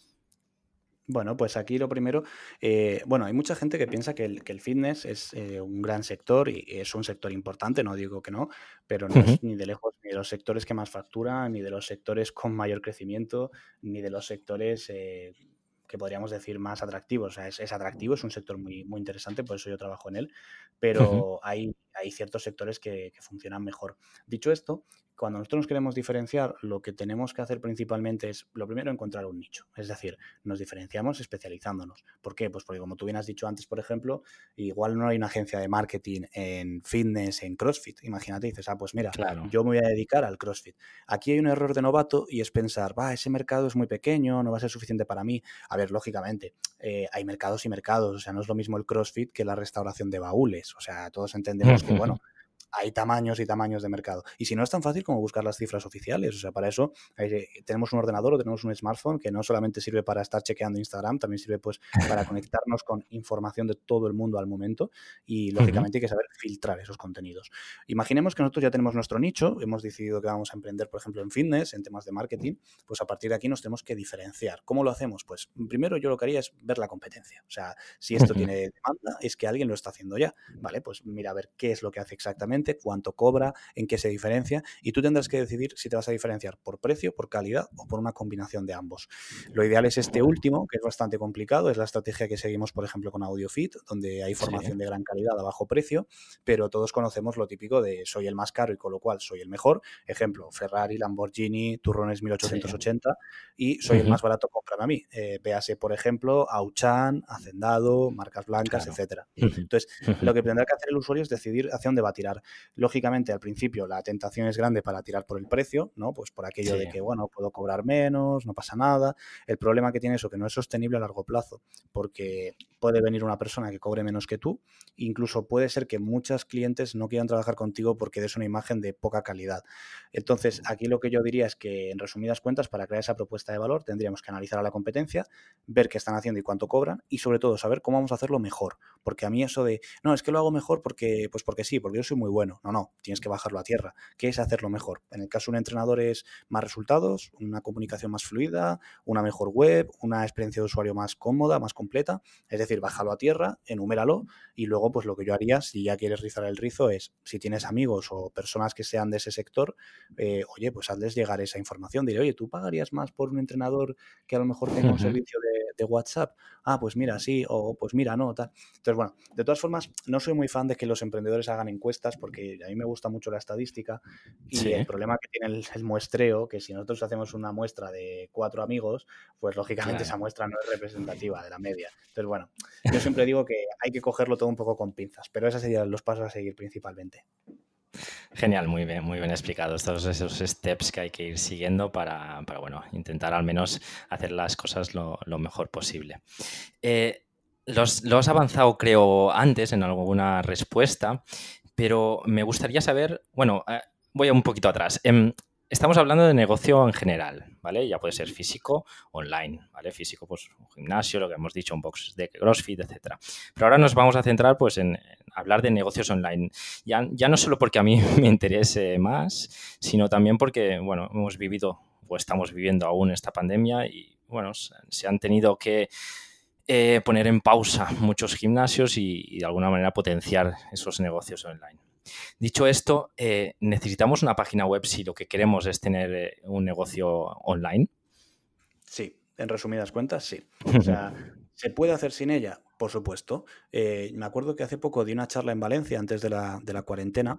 Bueno, pues aquí lo primero, eh, bueno, hay mucha gente que piensa que el, que el fitness es eh, un gran sector y es un sector importante, no digo que no, pero no Ujú. es ni de lejos ni de los sectores que más facturan, ni de los sectores con mayor crecimiento, ni de los sectores eh, que podríamos decir más atractivos. O sea, es, es atractivo, es un sector muy, muy interesante, por eso yo trabajo en él, Ujú. pero hay, hay ciertos sectores que, que funcionan mejor. Dicho esto, cuando nosotros nos queremos diferenciar, lo que tenemos que hacer principalmente es, lo primero, encontrar un nicho. Es decir, nos diferenciamos especializándonos. ¿Por qué? Pues porque como tú bien has dicho antes, por ejemplo, igual no hay una agencia de marketing en fitness, en CrossFit. Imagínate, dices, ah, pues mira, Claro. yo me voy a dedicar al CrossFit. Aquí hay un error de novato y es pensar, va, ese mercado es muy pequeño, no va a ser suficiente para mí. A ver, lógicamente, eh, hay mercados y mercados. O sea, no es lo mismo el CrossFit que la restauración de baúles. O sea, todos entendemos que, Ujú. bueno, hay tamaños y tamaños de mercado. Y si no es tan fácil como buscar las cifras oficiales, o sea, para eso eh, tenemos un ordenador o tenemos un smartphone que no solamente sirve para estar chequeando Instagram, también sirve pues para conectarnos con información de todo el mundo al momento y Ujú. lógicamente hay que saber filtrar esos contenidos. Imaginemos que nosotros ya tenemos nuestro nicho, hemos decidido que vamos a emprender, por ejemplo, en fitness, en temas de marketing, pues a partir de aquí nos tenemos que diferenciar. ¿Cómo lo hacemos? Pues primero yo lo que haría es ver la competencia. O sea, si esto Ujú. tiene demanda, es que alguien lo está haciendo ya. Vale, pues mira a ver qué es lo que hace exactamente, cuánto cobra, en qué se diferencia y tú tendrás que decidir si te vas a diferenciar por precio, por calidad o por una combinación de ambos. Lo ideal es este último, que es bastante complicado, es la estrategia que seguimos, por ejemplo, con AudioFit, donde hay Sí. formación de gran calidad a bajo precio, pero todos conocemos lo típico de soy el más caro y con lo cual soy el mejor. Ejemplo, Ferrari, Lamborghini, turrones Sí. mil ochocientos ochenta y soy el Ujú. más barato, cómprame a mí. Eh, véase, por ejemplo, Auchan, Hacendado, marcas blancas, Claro. etcétera. Ujú. Entonces, Ujú. lo que tendrá que hacer el usuario es decidir hacia dónde va a tirar. Lógicamente, al principio la tentación es grande para tirar por el precio, ¿no? Pues por aquello Sí. de que, bueno, puedo cobrar menos, no pasa nada. El problema que tiene eso, que no es sostenible a largo plazo, porque puede venir una persona que cobre menos que tú, incluso puede ser que muchos clientes no quieran trabajar contigo porque des una imagen de poca calidad. Entonces, aquí lo que yo diría es que, en resumidas cuentas, para crear esa propuesta de valor tendríamos que analizar a la competencia, ver qué están haciendo y cuánto cobran y, sobre todo, saber cómo vamos a hacerlo mejor. Porque a mí eso de, no, es que lo hago mejor porque, pues porque sí, porque yo soy muy bueno. No, no, tienes que bajarlo a tierra. ¿Qué es hacerlo mejor? En el caso de un entrenador es más resultados, una comunicación más fluida, una mejor web, una experiencia de usuario más cómoda, más completa. Es decir, bájalo a tierra, enuméralo y luego, pues lo que yo haría, si ya quieres rizar el rizo, es, si tienes amigos o personas que sean de ese sector, eh, oye, pues hazles llegar esa información. Diré, oye, ¿tú pagarías más por un entrenador que a lo mejor tenga un servicio de, de WhatsApp? Ah, pues mira, sí, o pues mira, no, tal. Entonces, bueno, de todas formas, no soy muy fan de que los emprendedores hagan encuestas porque a mí me gusta mucho la estadística y el Sí, problema que tiene el, el muestreo, que si nosotros hacemos una muestra de cuatro amigos, pues lógicamente esa claro. muestra no es representativa de la media. Entonces, bueno, yo siempre digo que hay que cogerlo todo un poco con pinzas, pero esos serían los pasos a seguir principalmente. Genial, muy bien, muy bien explicados todos esos steps que hay que ir siguiendo para, para bueno, intentar al menos hacer las cosas lo, lo mejor posible. Eh, los, lo has avanzado, creo, antes en alguna respuesta, pero me gustaría saber, bueno, eh, voy un poquito atrás. Em, estamos hablando de negocio en general, ¿vale? Ya puede ser físico, online, ¿vale? Físico, pues un gimnasio, lo que hemos dicho, un box de CrossFit, etcétera. Pero ahora nos vamos a centrar, pues, en, en hablar de negocios online. Ya, ya no solo porque a mí me interese más, sino también porque, bueno, hemos vivido o estamos viviendo aún esta pandemia y, bueno, se han tenido que eh, poner en pausa muchos gimnasios y, y de alguna manera potenciar esos negocios online. Dicho esto, eh, ¿necesitamos una página web si lo que queremos es tener eh, un negocio online? Sí, en resumidas cuentas, sí. O sea, ¿se puede hacer sin ella? Por supuesto. Eh, me acuerdo que hace poco di una charla en Valencia antes de la, de la cuarentena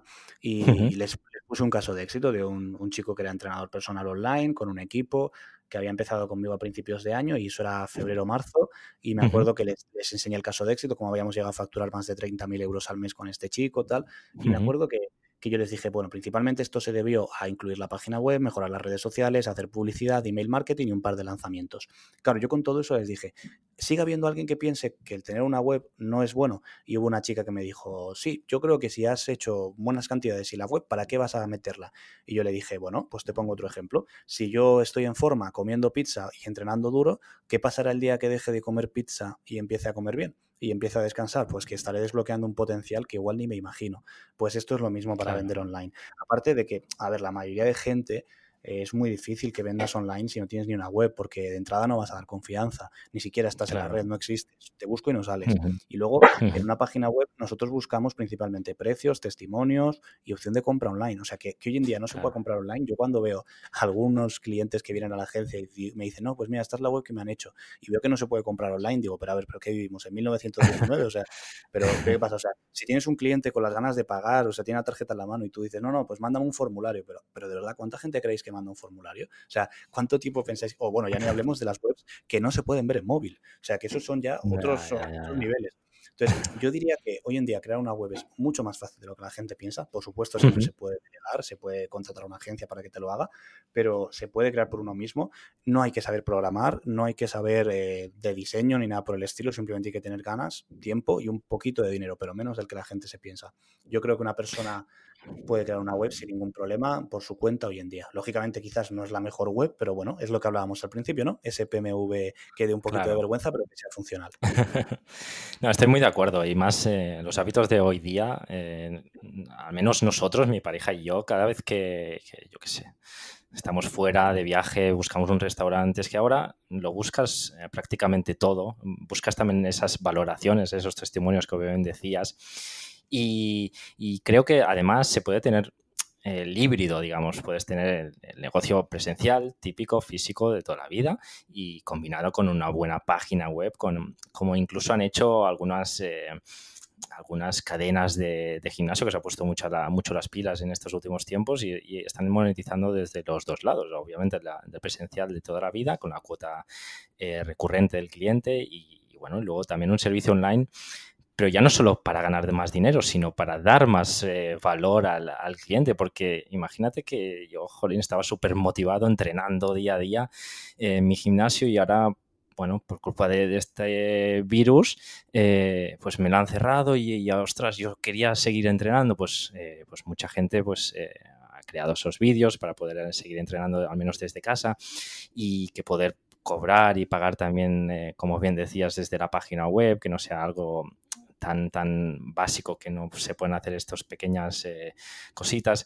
y les, les puse un caso de éxito de un, un chico que era entrenador personal online con un equipo que había empezado conmigo a principios de año y eso era febrero o marzo y me acuerdo que les, les enseñé el caso de éxito, cómo habíamos llegado a facturar más de treinta mil euros al mes con este chico, tal, y me acuerdo que que yo les dije, bueno, principalmente esto se debió a incluir la página web, mejorar las redes sociales, hacer publicidad, email marketing y un par de lanzamientos. Claro, yo con todo eso les dije, sigue habiendo alguien que piense que el tener una web no es bueno. Y hubo una chica que me dijo, sí, yo creo que si has hecho buenas cantidades y la web, ¿para qué vas a meterla? Y yo le dije, bueno, pues te pongo otro ejemplo. Si yo estoy en forma comiendo pizza y entrenando duro, ¿qué pasará el día que deje de comer pizza y empiece a comer bien? Y empiece a descansar, pues que estaré desbloqueando un potencial que igual ni me imagino. Pues esto es lo mismo para Claro, vender online. Aparte de que, a ver, la mayoría de gente eh, es muy difícil que vendas online si no tienes ni una web, porque de entrada no vas a dar confianza, ni siquiera estás en la red, claro. no existes. Te busco y no sales. Ujú, Y luego, en ujú, una página web, nosotros buscamos principalmente precios, testimonios y opción de compra online. O sea, que, que hoy en día no se puede claro. comprar online. Yo cuando veo a algunos clientes que vienen a la agencia y me dicen, no, pues mira, esta es la web que me han hecho, y veo que no se puede comprar online, digo, pero a ver, ¿pero qué vivimos? ¿En mil novecientos diecinueve? O sea, pero ¿qué pasa? O sea, si tienes un cliente con las ganas de pagar, o sea, tiene la tarjeta en la mano y tú dices, no, no, pues mándame un formulario, pero, pero de verdad, ¿cuánta gente creéis que manda un formulario? O sea, ¿cuánto tiempo pensáis? O bueno, ya ni hablemos de las webs que no se pueden ver en móvil. O sea, que esos son ya otros, Ya, ya, ya, otros ya. niveles. Entonces, yo diría que hoy en día crear una web es mucho más fácil de lo que la gente piensa. Por supuesto, siempre Ujú, se puede delegar, se puede contratar a una agencia para que te lo haga, pero se puede crear por uno mismo. No hay que saber programar, no hay que saber eh, de diseño ni nada por el estilo, simplemente hay que tener ganas, tiempo y un poquito de dinero, pero menos del que la gente se piensa. Yo creo que una persona puede crear una web sin ningún problema por su cuenta hoy en día. Lógicamente quizás no es la mejor web, pero bueno, es lo que hablábamos al principio, ¿no? Ese P M V que dé un poquito de Claro. vergüenza, pero que sea funcional. No, estoy muy de acuerdo y más eh, los hábitos de hoy día, eh, al menos nosotros, mi pareja y yo, cada vez que, que, yo qué sé, estamos fuera de viaje, buscamos un restaurante, es que ahora lo buscas eh, prácticamente todo, buscas también esas valoraciones, esos testimonios que bien decías y, y creo que además se puede tener el híbrido, digamos, puedes tener el, el negocio presencial, típico, físico de toda la vida y combinado con una buena página web, con, como incluso han hecho algunas, eh, algunas cadenas de, de gimnasio que se ha puesto mucho, la, mucho las pilas en estos últimos tiempos y, y están monetizando desde los dos lados, obviamente la, del presencial de toda la vida con la cuota eh, recurrente del cliente y, y bueno, y luego también un servicio online pero ya no solo para ganar de más dinero, sino para dar más eh, valor al, al cliente, porque imagínate que yo, jolín, estaba súper motivado entrenando día a día en mi gimnasio y ahora, bueno, por culpa de, de este virus, eh, pues me lo han cerrado y, y, ostras, yo quería seguir entrenando, pues, eh, pues mucha gente, pues... Eh, ha creado esos vídeos para poder seguir entrenando al menos desde casa y que poder cobrar y pagar también, eh, como bien decías, desde la página web, que no sea algo tan, tan básico que no se pueden hacer estas pequeñas eh, cositas.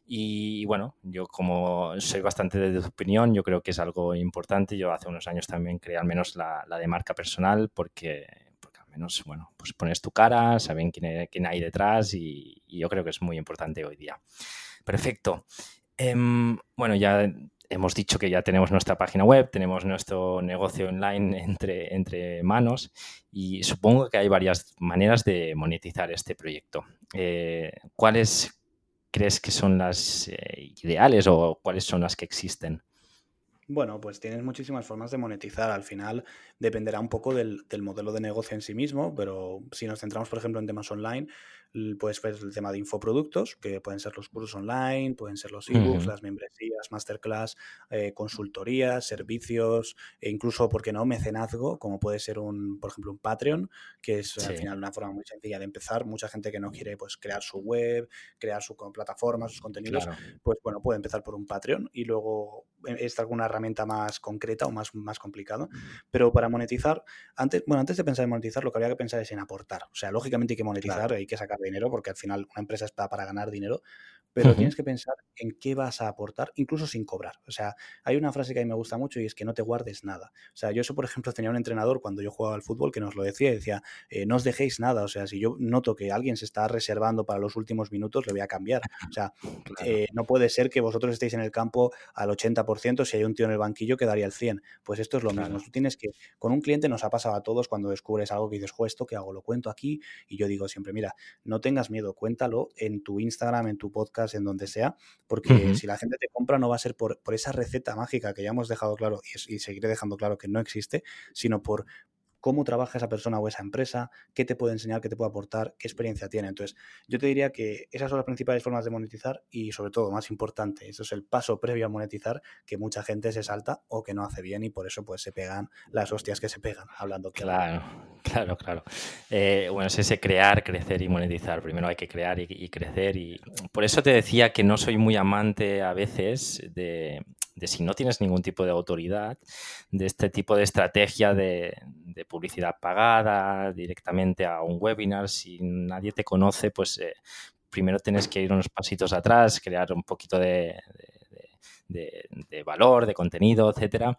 Y bueno, yo como soy bastante de tu opinión, yo creo que es algo importante. Yo hace unos años también creé al menos la, la de marca personal porque, porque al menos, bueno, pues pones tu cara, saben quién, quién hay detrás y, y yo creo que es muy importante hoy día. Perfecto. Eh, bueno, ya hemos dicho que ya tenemos nuestra página web, tenemos nuestro negocio online entre, entre manos y supongo que hay varias maneras de monetizar este proyecto. Eh, ¿Cuáles crees que son las eh, ideales o cuáles son las que existen? Bueno, pues tienes muchísimas formas de monetizar. Al final dependerá un poco del, del modelo de negocio en sí mismo, pero si nos centramos, por ejemplo, en temas online, puedes ver el tema de infoproductos, que pueden ser los cursos online, pueden ser los ebooks, Uh-huh. las membresías, masterclass, eh, consultorías, servicios, e incluso, ¿por qué no?, mecenazgo, como puede ser un, por ejemplo, un Patreon, que es Sí. al final una forma muy sencilla de empezar. Mucha gente que no quiere pues crear su web, crear su plataforma, sus contenidos, Claro. pues bueno, puede empezar por un Patreon y luego esta alguna herramienta más concreta o más, más complicada. Pero para monetizar, antes, bueno, antes de pensar en monetizar, lo que habría que pensar es en aportar. O sea, lógicamente hay que monetizar, Claro. hay que sacar dinero, porque al final una empresa está para ganar dinero, pero Uh-huh. tienes que pensar en qué vas a aportar, incluso sin cobrar. O sea, hay una frase que a mí me gusta mucho y es que no te guardes nada. O sea, yo eso, por ejemplo, tenía un entrenador cuando yo jugaba al fútbol que nos lo decía y decía, eh, no os dejéis nada. O sea, si yo noto que alguien se está reservando para los últimos minutos, le voy a cambiar. O sea, Claro. eh, no puede ser que vosotros estéis en el campo al ochenta por ciento, si hay un tío en el banquillo que daría el cien. Pues esto es lo Claro. mismo. Tú tienes que, con un cliente nos ha pasado a todos cuando descubres algo que dices, jo, esto que hago, lo cuento aquí, y yo digo siempre, mira, no tengas miedo, cuéntalo en tu Instagram, en tu podcast, en donde sea, porque Uh-huh. si la gente te compra no va a ser por, por esa receta mágica que ya hemos dejado claro y, y seguiré dejando claro que no existe, sino por cómo trabaja esa persona o esa empresa, qué te puede enseñar, qué te puede aportar, qué experiencia tiene. Entonces, yo te diría que esas son las principales formas de monetizar y, sobre todo, más importante, eso es el paso previo a monetizar, que mucha gente se salta o que no hace bien y por eso pues se pegan las hostias que se pegan, hablando claro. Claro, claro, claro. Eh, bueno, es ese crear, crecer y monetizar. Primero hay que crear y, y crecer y por eso te decía que no soy muy amante a veces de, de si no tienes ningún tipo de autoridad, de este tipo de estrategia de, de publicidad pagada directamente a un webinar. Si nadie te conoce, pues eh, primero tienes que ir unos pasitos atrás, crear un poquito de, de De, de valor, de contenido, etcétera.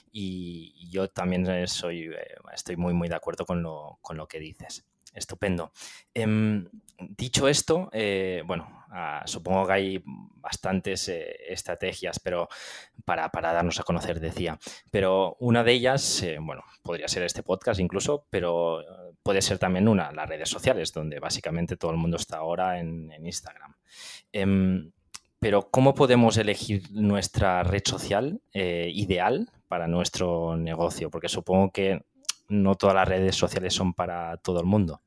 Y yo también soy, eh, estoy muy, muy de acuerdo con lo, con lo que dices. Estupendo. Eh, dicho esto, eh, bueno, ah, supongo que hay bastantes eh, estrategias pero para, para darnos a conocer, decía. Pero una de ellas, eh, bueno, podría ser este podcast incluso, pero puede ser también una, las redes sociales, donde básicamente todo el mundo está ahora en, en Instagram. Eh, Pero ¿cómo podemos elegir nuestra red social eh, ideal para nuestro negocio? Porque supongo que no todas las redes sociales son para todo el mundo.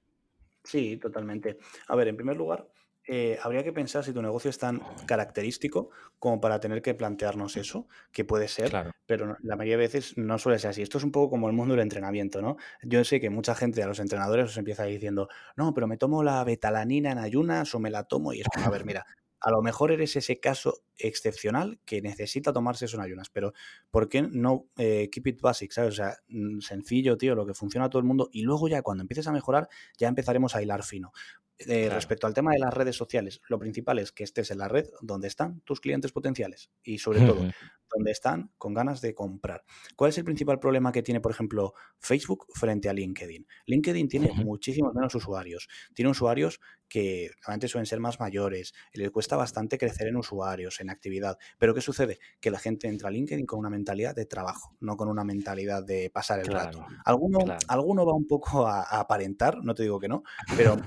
Sí, totalmente. A ver, en primer lugar, eh, habría que pensar si tu negocio es tan característico como para tener que plantearnos eso, que puede ser, Claro. pero no- la mayoría de veces no suele ser así. Esto es un poco como el mundo del entrenamiento, ¿no? Yo sé que mucha gente, a los entrenadores, os empieza diciendo, no, pero me tomo la betalanina en ayunas o me la tomo y es como, a ver, mira, a lo mejor eres ese caso excepcional que necesita tomarse eso en ayunas, pero ¿por qué no eh, keep it basic, ¿sabes? O sea, mm, sencillo, tío, lo que funciona a todo el mundo y luego ya cuando empieces a mejorar ya empezaremos a hilar fino. Eh, Claro. respecto al tema de las redes sociales, lo principal es que estés en la red donde están tus clientes potenciales y, sobre todo, donde están con ganas de comprar. ¿Cuál es el principal problema que tiene, por ejemplo, Facebook frente a LinkedIn? LinkedIn tiene muchísimos menos usuarios. Tiene usuarios que realmente suelen ser más mayores, y les cuesta bastante crecer en usuarios, en actividad. Pero ¿qué sucede? Que la gente entra a LinkedIn con una mentalidad de trabajo, no con una mentalidad de pasar el rato. Claro, Alguno, claro. alguno va un poco a, a aparentar, no te digo que no, pero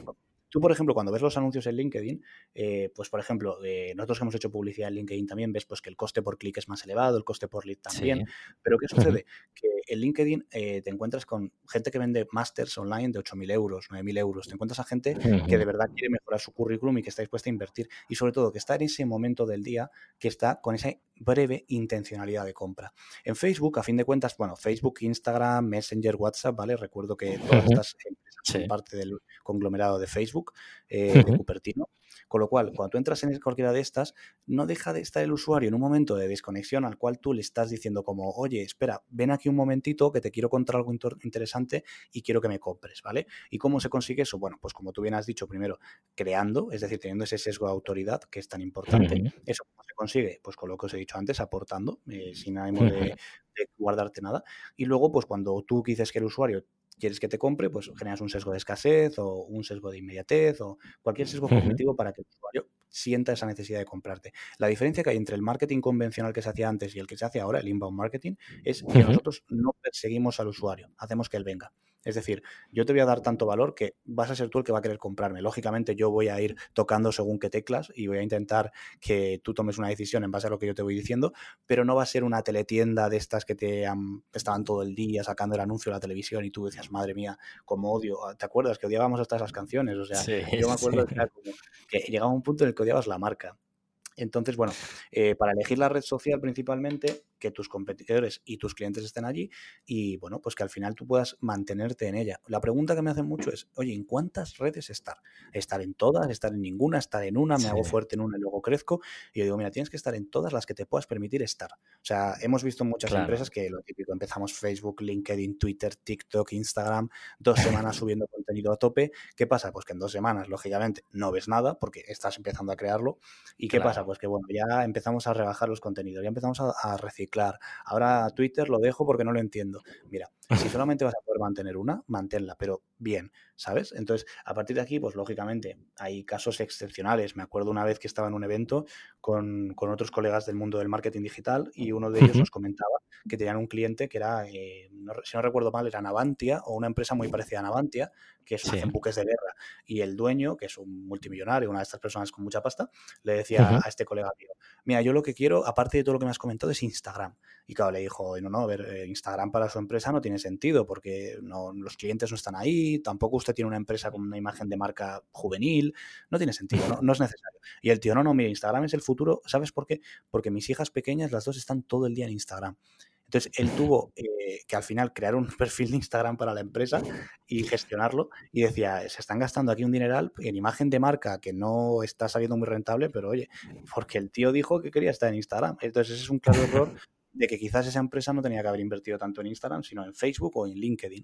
tú, por ejemplo, cuando ves los anuncios en LinkedIn, eh, pues, por ejemplo, eh, nosotros que hemos hecho publicidad en LinkedIn también, ves pues, que el coste por clic es más elevado, el coste por lead también. Sí. Pero ¿qué Ujú. sucede? Que en LinkedIn eh, te encuentras con gente que vende másters online de ocho mil euros, nueve mil euros. Te encuentras a gente que de Ujú. verdad quiere mejorar su currículum y que está dispuesta a invertir. Y sobre todo, que está en ese momento del día que está con esa breve intencionalidad de compra. En Facebook, a fin de cuentas, bueno, Facebook, Instagram, Messenger, WhatsApp, ¿vale? Recuerdo que todas Ujú. estas empresas son Sí. parte del conglomerado de Facebook, eh, de Ujú. Cupertino. Con lo cual, cuando tú entras en cualquiera de estas, no deja de estar el usuario en un momento de desconexión al cual tú le estás diciendo como, oye, espera, ven aquí un momentito que te quiero contar algo inter- interesante y quiero que me compres, ¿vale? ¿Y cómo se consigue eso? Bueno, pues como tú bien has dicho, primero, creando, es decir, teniendo ese sesgo de autoridad que es tan importante. Ujú. ¿Eso cómo se consigue? Pues con lo que os he dicho antes, aportando, eh, sin ánimo Ujú. de, de guardarte nada. Y luego, pues cuando tú dices que el usuario quieres que te compre, pues generas un sesgo de escasez o un sesgo de inmediatez o cualquier sesgo Ujú. cognitivo para que el usuario sienta esa necesidad de comprarte. La diferencia que hay entre el marketing convencional que se hacía antes y el que se hace ahora, el inbound marketing, es que Ujú. nosotros no perseguimos al usuario, hacemos que él venga. Es decir, yo te voy a dar tanto valor que vas a ser tú el que va a querer comprarme. Lógicamente, yo voy a ir tocando según qué teclas y voy a intentar que tú tomes una decisión en base a lo que yo te voy diciendo, pero no va a ser una teletienda de estas que te han, estaban todo el día sacando el anuncio de la televisión y tú decías, madre mía, cómo odio. ¿Te acuerdas que odiábamos hasta esas canciones? O sea, Sí, yo me sí. acuerdo que era como que llegaba un punto en el que odiabas la marca. Entonces, bueno, eh, para elegir la red social principalmente, que tus competidores y tus clientes estén allí y, bueno, pues que al final tú puedas mantenerte en ella. La pregunta que me hacen mucho es, oye, ¿en cuántas redes estar? ¿Estar en todas? ¿Estar en ninguna? ¿Estar en una? ¿Me Sí, hago fuerte en una y luego crezco? Y yo digo, mira, tienes que estar en todas las que te puedas permitir estar. O sea, hemos visto muchas claro, empresas que lo típico, empezamos Facebook, LinkedIn, Twitter, TikTok, Instagram, dos semanas subiendo contenido a tope. ¿Qué pasa? Pues que en dos semanas, lógicamente, no ves nada porque estás empezando a crearlo. ¿Y qué pasa? claro. Pues que bueno, ya empezamos a rebajar los contenidos, ya empezamos a, a reciclar. Ahora Twitter lo dejo porque no lo entiendo. Mira, si solamente vas a poder mantener una, manténla, pero bien, ¿sabes? Entonces, a partir de aquí, pues lógicamente, hay casos excepcionales. Me acuerdo una vez que estaba en un evento con, con otros colegas del mundo del marketing digital y uno de ellos Ujú. nos comentaba que tenían un cliente que era, eh, no- si no recuerdo mal, era Navantia o una empresa muy parecida a Navantia, que es, Sí. hacen buques de guerra. Y el dueño, que es un multimillonario, una de estas personas con mucha pasta, le decía Ujú. a este colega mío, mira, yo lo que quiero, aparte de todo lo que me has comentado, es Instagram. Y claro, le dijo, no, no, a ver, eh, Instagram para su empresa no tiene sentido porque no, los clientes no están ahí, tampoco usted tiene una empresa con una imagen de marca juvenil, no tiene sentido, no, no es necesario. Y el tío, no, no, mira, Instagram es el futuro, ¿sabes por qué? Porque mis hijas pequeñas, las dos están todo el día en Instagram. Entonces, él tuvo eh, que al final crear un perfil de Instagram para la empresa y gestionarlo y decía, se están gastando aquí un dineral en imagen de marca que no está saliendo muy rentable, pero oye, porque el tío dijo que quería estar en Instagram. Entonces, ese es un claro error de que quizás esa empresa no tenía que haber invertido tanto en Instagram, sino en Facebook o en LinkedIn.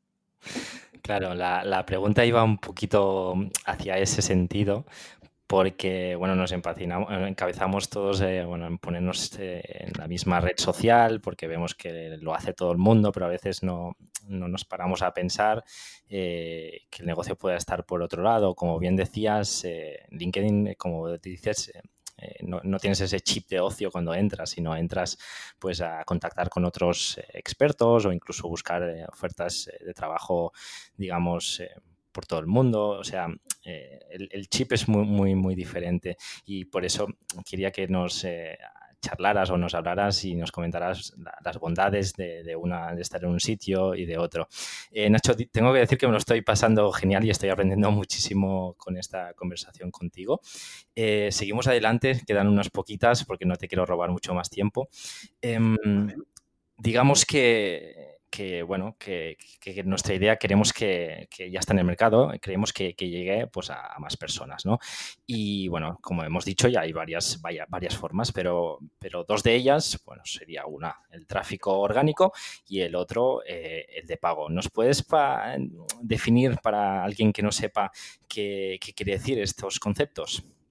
Claro, la, la pregunta iba un poquito hacia ese sentido, porque bueno, nos empacinamos, eh, encabezamos todos eh, bueno, en ponernos eh, en la misma red social, porque vemos que lo hace todo el mundo, pero a veces no, no nos paramos a pensar eh, que el negocio pueda estar por otro lado. Como bien decías, eh, LinkedIn, eh, como dices, eh, eh, no, no tienes ese chip de ocio cuando entras, sino entras pues a contactar con otros eh, expertos o incluso buscar eh, ofertas eh, de trabajo, digamos, eh, por todo el mundo. O sea, eh, el, el, chip es muy, muy, muy diferente y por eso quería que nos eh, charlaras o nos hablaras y nos comentaras la, las bondades de, de, una, de estar en un sitio y de otro. Eh, Nacho, tengo que decir que me lo estoy pasando genial y estoy aprendiendo muchísimo con esta conversación contigo. Eh, seguimos adelante, quedan unas poquitas porque no te quiero robar mucho más tiempo. Eh, Vale. digamos que, que bueno, que, que, nuestra idea queremos que, que, ya está en el mercado, creemos que, que llegue pues, a, a más personas, ¿no? Y bueno, como hemos dicho, ya hay varias, vaya, varias formas, pero, pero dos de ellas, bueno, sería una, el tráfico orgánico y el otro, eh, el de pago. ¿Nos puedes pa definir para alguien que no sepa qué, qué quiere decir estos conceptos?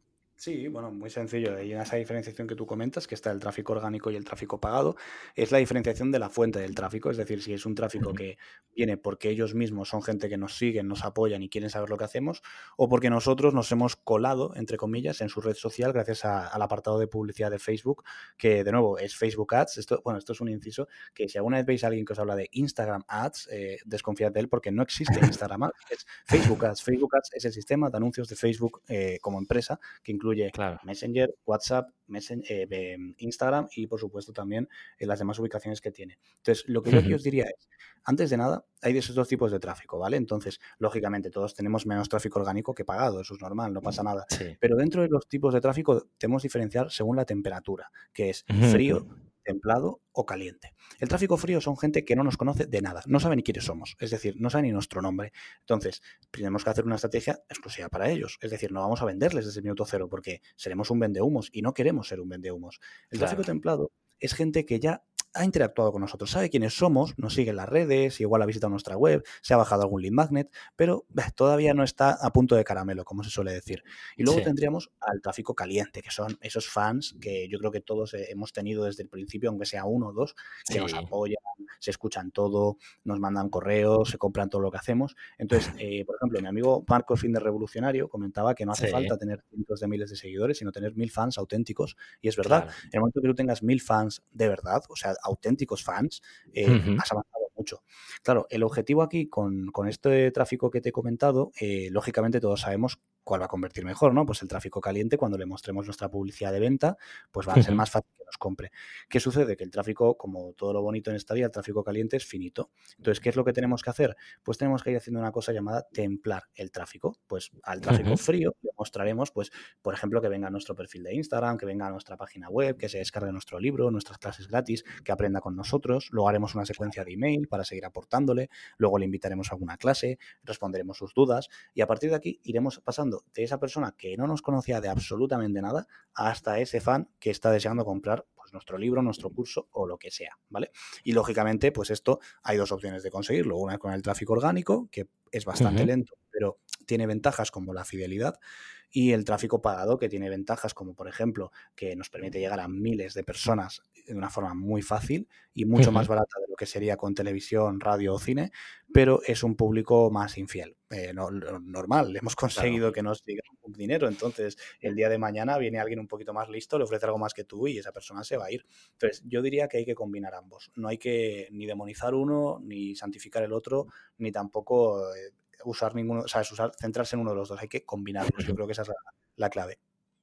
Sí, bueno, muy sencillo. Y en esa diferenciación que tú comentas, que está el tráfico orgánico y el tráfico pagado, es la diferenciación de la fuente del tráfico. Es decir, si es un tráfico Ujú. que viene porque ellos mismos son gente que nos siguen, nos apoyan y quieren saber lo que hacemos, o porque nosotros nos hemos colado, entre comillas, en su red social gracias a- al apartado de publicidad de Facebook, que de nuevo es Facebook Ads. Esto, bueno, esto es un inciso que si alguna vez veis a alguien que os habla de Instagram Ads, eh, desconfiad de él porque no existe Instagram Ads, es Facebook Ads. Facebook Ads es el sistema de anuncios de Facebook eh, como empresa que incluye Claro. Messenger, WhatsApp, Messen- eh, de Instagram y, por supuesto, también en las demás ubicaciones que tiene. Entonces, lo que yo aquí Ujú. os diría es, antes de nada, hay de esos dos tipos de tráfico, ¿vale? Entonces, lógicamente, todos tenemos menos tráfico orgánico que pagado, eso es normal, no pasa nada. Sí. Pero dentro de los tipos de tráfico debemos diferenciar según la temperatura, que es Ujú. frío, templado o caliente. El tráfico frío son gente que no nos conoce de nada, no sabe ni quiénes somos, es decir, no sabe ni nuestro nombre. Entonces, tenemos que hacer una estrategia exclusiva para ellos. Es decir, no vamos a venderles desde el minuto cero porque seremos un vendehumos y no queremos ser un vendehumos. El tráfico Claro. templado es gente que ya ha interactuado con nosotros, sabe quiénes somos, nos sigue en las redes, igual ha visitado nuestra web, se ha bajado algún lead magnet, pero bah, todavía no está a punto de caramelo, como se suele decir. Y luego Sí. tendríamos al tráfico caliente, que son esos fans que yo creo que todos eh, hemos tenido desde el principio, aunque sea uno o dos, que nos Sí. apoyan, se escuchan todo, nos mandan correos, se compran todo lo que hacemos. Entonces, eh, por ejemplo, mi amigo Marco Finder Revolucionario comentaba que no hace Sí. falta tener cientos de miles de seguidores, sino tener mil fans auténticos. Y es verdad, Claro. en el momento que tú tengas mil fans de verdad, o sea, auténticos fans, eh, Ujú. has avanzado mucho. Claro, el objetivo aquí con, con este tráfico que te he comentado, eh, lógicamente todos sabemos cuál va a convertir mejor, ¿no? Pues el tráfico caliente, cuando le mostremos nuestra publicidad de venta, pues va a ser Ujú. más fácil que nos compre. ¿Qué sucede? Que el tráfico, como todo lo bonito en esta vida, el tráfico caliente es finito. Entonces, ¿qué es lo que tenemos que hacer? Pues tenemos que ir haciendo una cosa llamada templar el tráfico. Pues al tráfico Ujú. frío le mostraremos, pues, por ejemplo, que venga a nuestro perfil de Instagram, que venga a nuestra página web, que se descargue nuestro libro, nuestras clases gratis, que aprenda con nosotros. Luego haremos una secuencia de email para seguir aportándole. Luego le invitaremos a alguna clase, responderemos sus dudas y a partir de aquí iremos pasando de esa persona que no nos conocía de absolutamente nada hasta ese fan que está deseando comprar pues, nuestro libro, nuestro curso o lo que sea, ¿vale? Y lógicamente, pues esto hay dos opciones de conseguirlo. Una es con el tráfico orgánico, que es bastante Ujú. lento, pero tiene ventajas como la fidelidad, y el tráfico pagado, que tiene ventajas como, por ejemplo, que nos permite llegar a miles de personas de una forma muy fácil y mucho Ujú. más barata de lo que sería con televisión, radio o cine, pero es un público más infiel. Eh, no, lo normal, hemos Claro. conseguido que nos digan un dinero, entonces el día de mañana viene alguien un poquito más listo, le ofrece algo más que tú y esa persona se va a ir. Entonces, yo diría que hay que combinar ambos. No hay que ni demonizar uno, ni santificar el otro, ni tampoco eh, usar ninguno, o sea, es usar, centrarse en uno de los dos. Hay que combinarlos. Yo Ujú. creo que esa es la, la clave.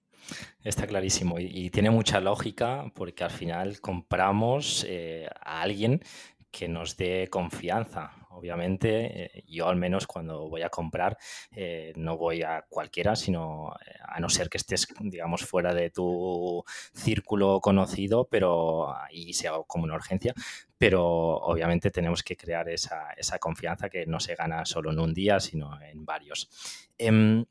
Está clarísimo y, y tiene mucha lógica porque al final compramos eh, a alguien que nos dé confianza. Obviamente, eh, yo al menos cuando voy a comprar eh, no voy a cualquiera, sino eh, a no ser que estés, digamos, fuera de tu círculo conocido, pero ahí sea como una urgencia. Pero obviamente tenemos que crear esa, esa confianza que no se gana solo en un día, sino en varios. Em,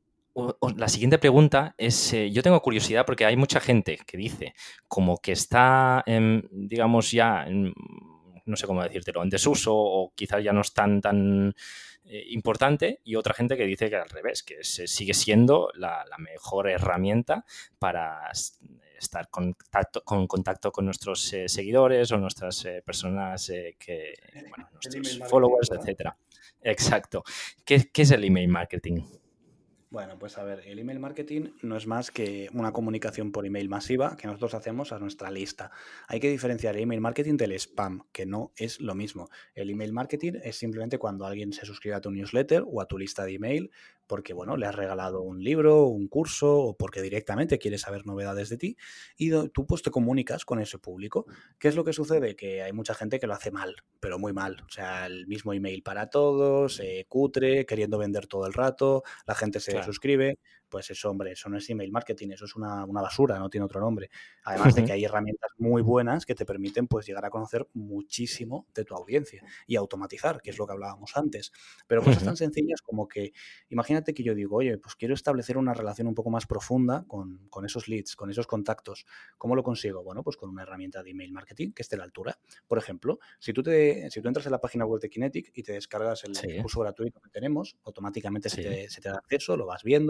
o- o- La siguiente pregunta es, eh, yo tengo curiosidad porque hay mucha gente que dice como que está, em, digamos, ya, en- no sé cómo decírtelo, en desuso o quizás ya no es tan, tan eh, importante y otra gente que dice que al revés, que se- sigue siendo la, la mejor herramienta para s- estar con contacto, con contacto con nuestros eh, seguidores o nuestras eh, personas eh, que, bueno, El email nuestros marketing, followers, ¿verdad? etcétera. Exacto. ¿Qué, qué es el email marketing? Bueno, pues a ver, el email marketing no es más que una comunicación por email masiva que nosotros hacemos a nuestra lista. Hay que diferenciar el email marketing del spam, que no es lo mismo. El email marketing es simplemente cuando alguien se suscribe a tu newsletter o a tu lista de email porque, bueno, le has regalado un libro, un curso o porque directamente quiere saber novedades de ti y do- tú pues te comunicas con ese público. ¿Qué es lo que sucede? Que hay mucha gente que lo hace mal, pero muy mal. O sea, el mismo email para todos, eh, cutre, queriendo vender todo el rato, la gente se Claro. suscribe, pues eso, hombre, eso no es email marketing, eso es una, una basura, no tiene otro nombre. Además de que hay herramientas muy buenas que te permiten pues llegar a conocer muchísimo de tu audiencia y automatizar, que es lo que hablábamos antes. Pero cosas tan sencillas como que, imagínate que yo digo, oye, pues quiero establecer una relación un poco más profunda con, con esos leads, con esos contactos. ¿Cómo lo consigo? Bueno, pues con una herramienta de email marketing que esté a la altura. Por ejemplo, si tú, te, si tú entras en la página web de Kinetic y te descargas el, el Sí, curso gratuito que tenemos, automáticamente se sí. te, se te da acceso, lo vas viendo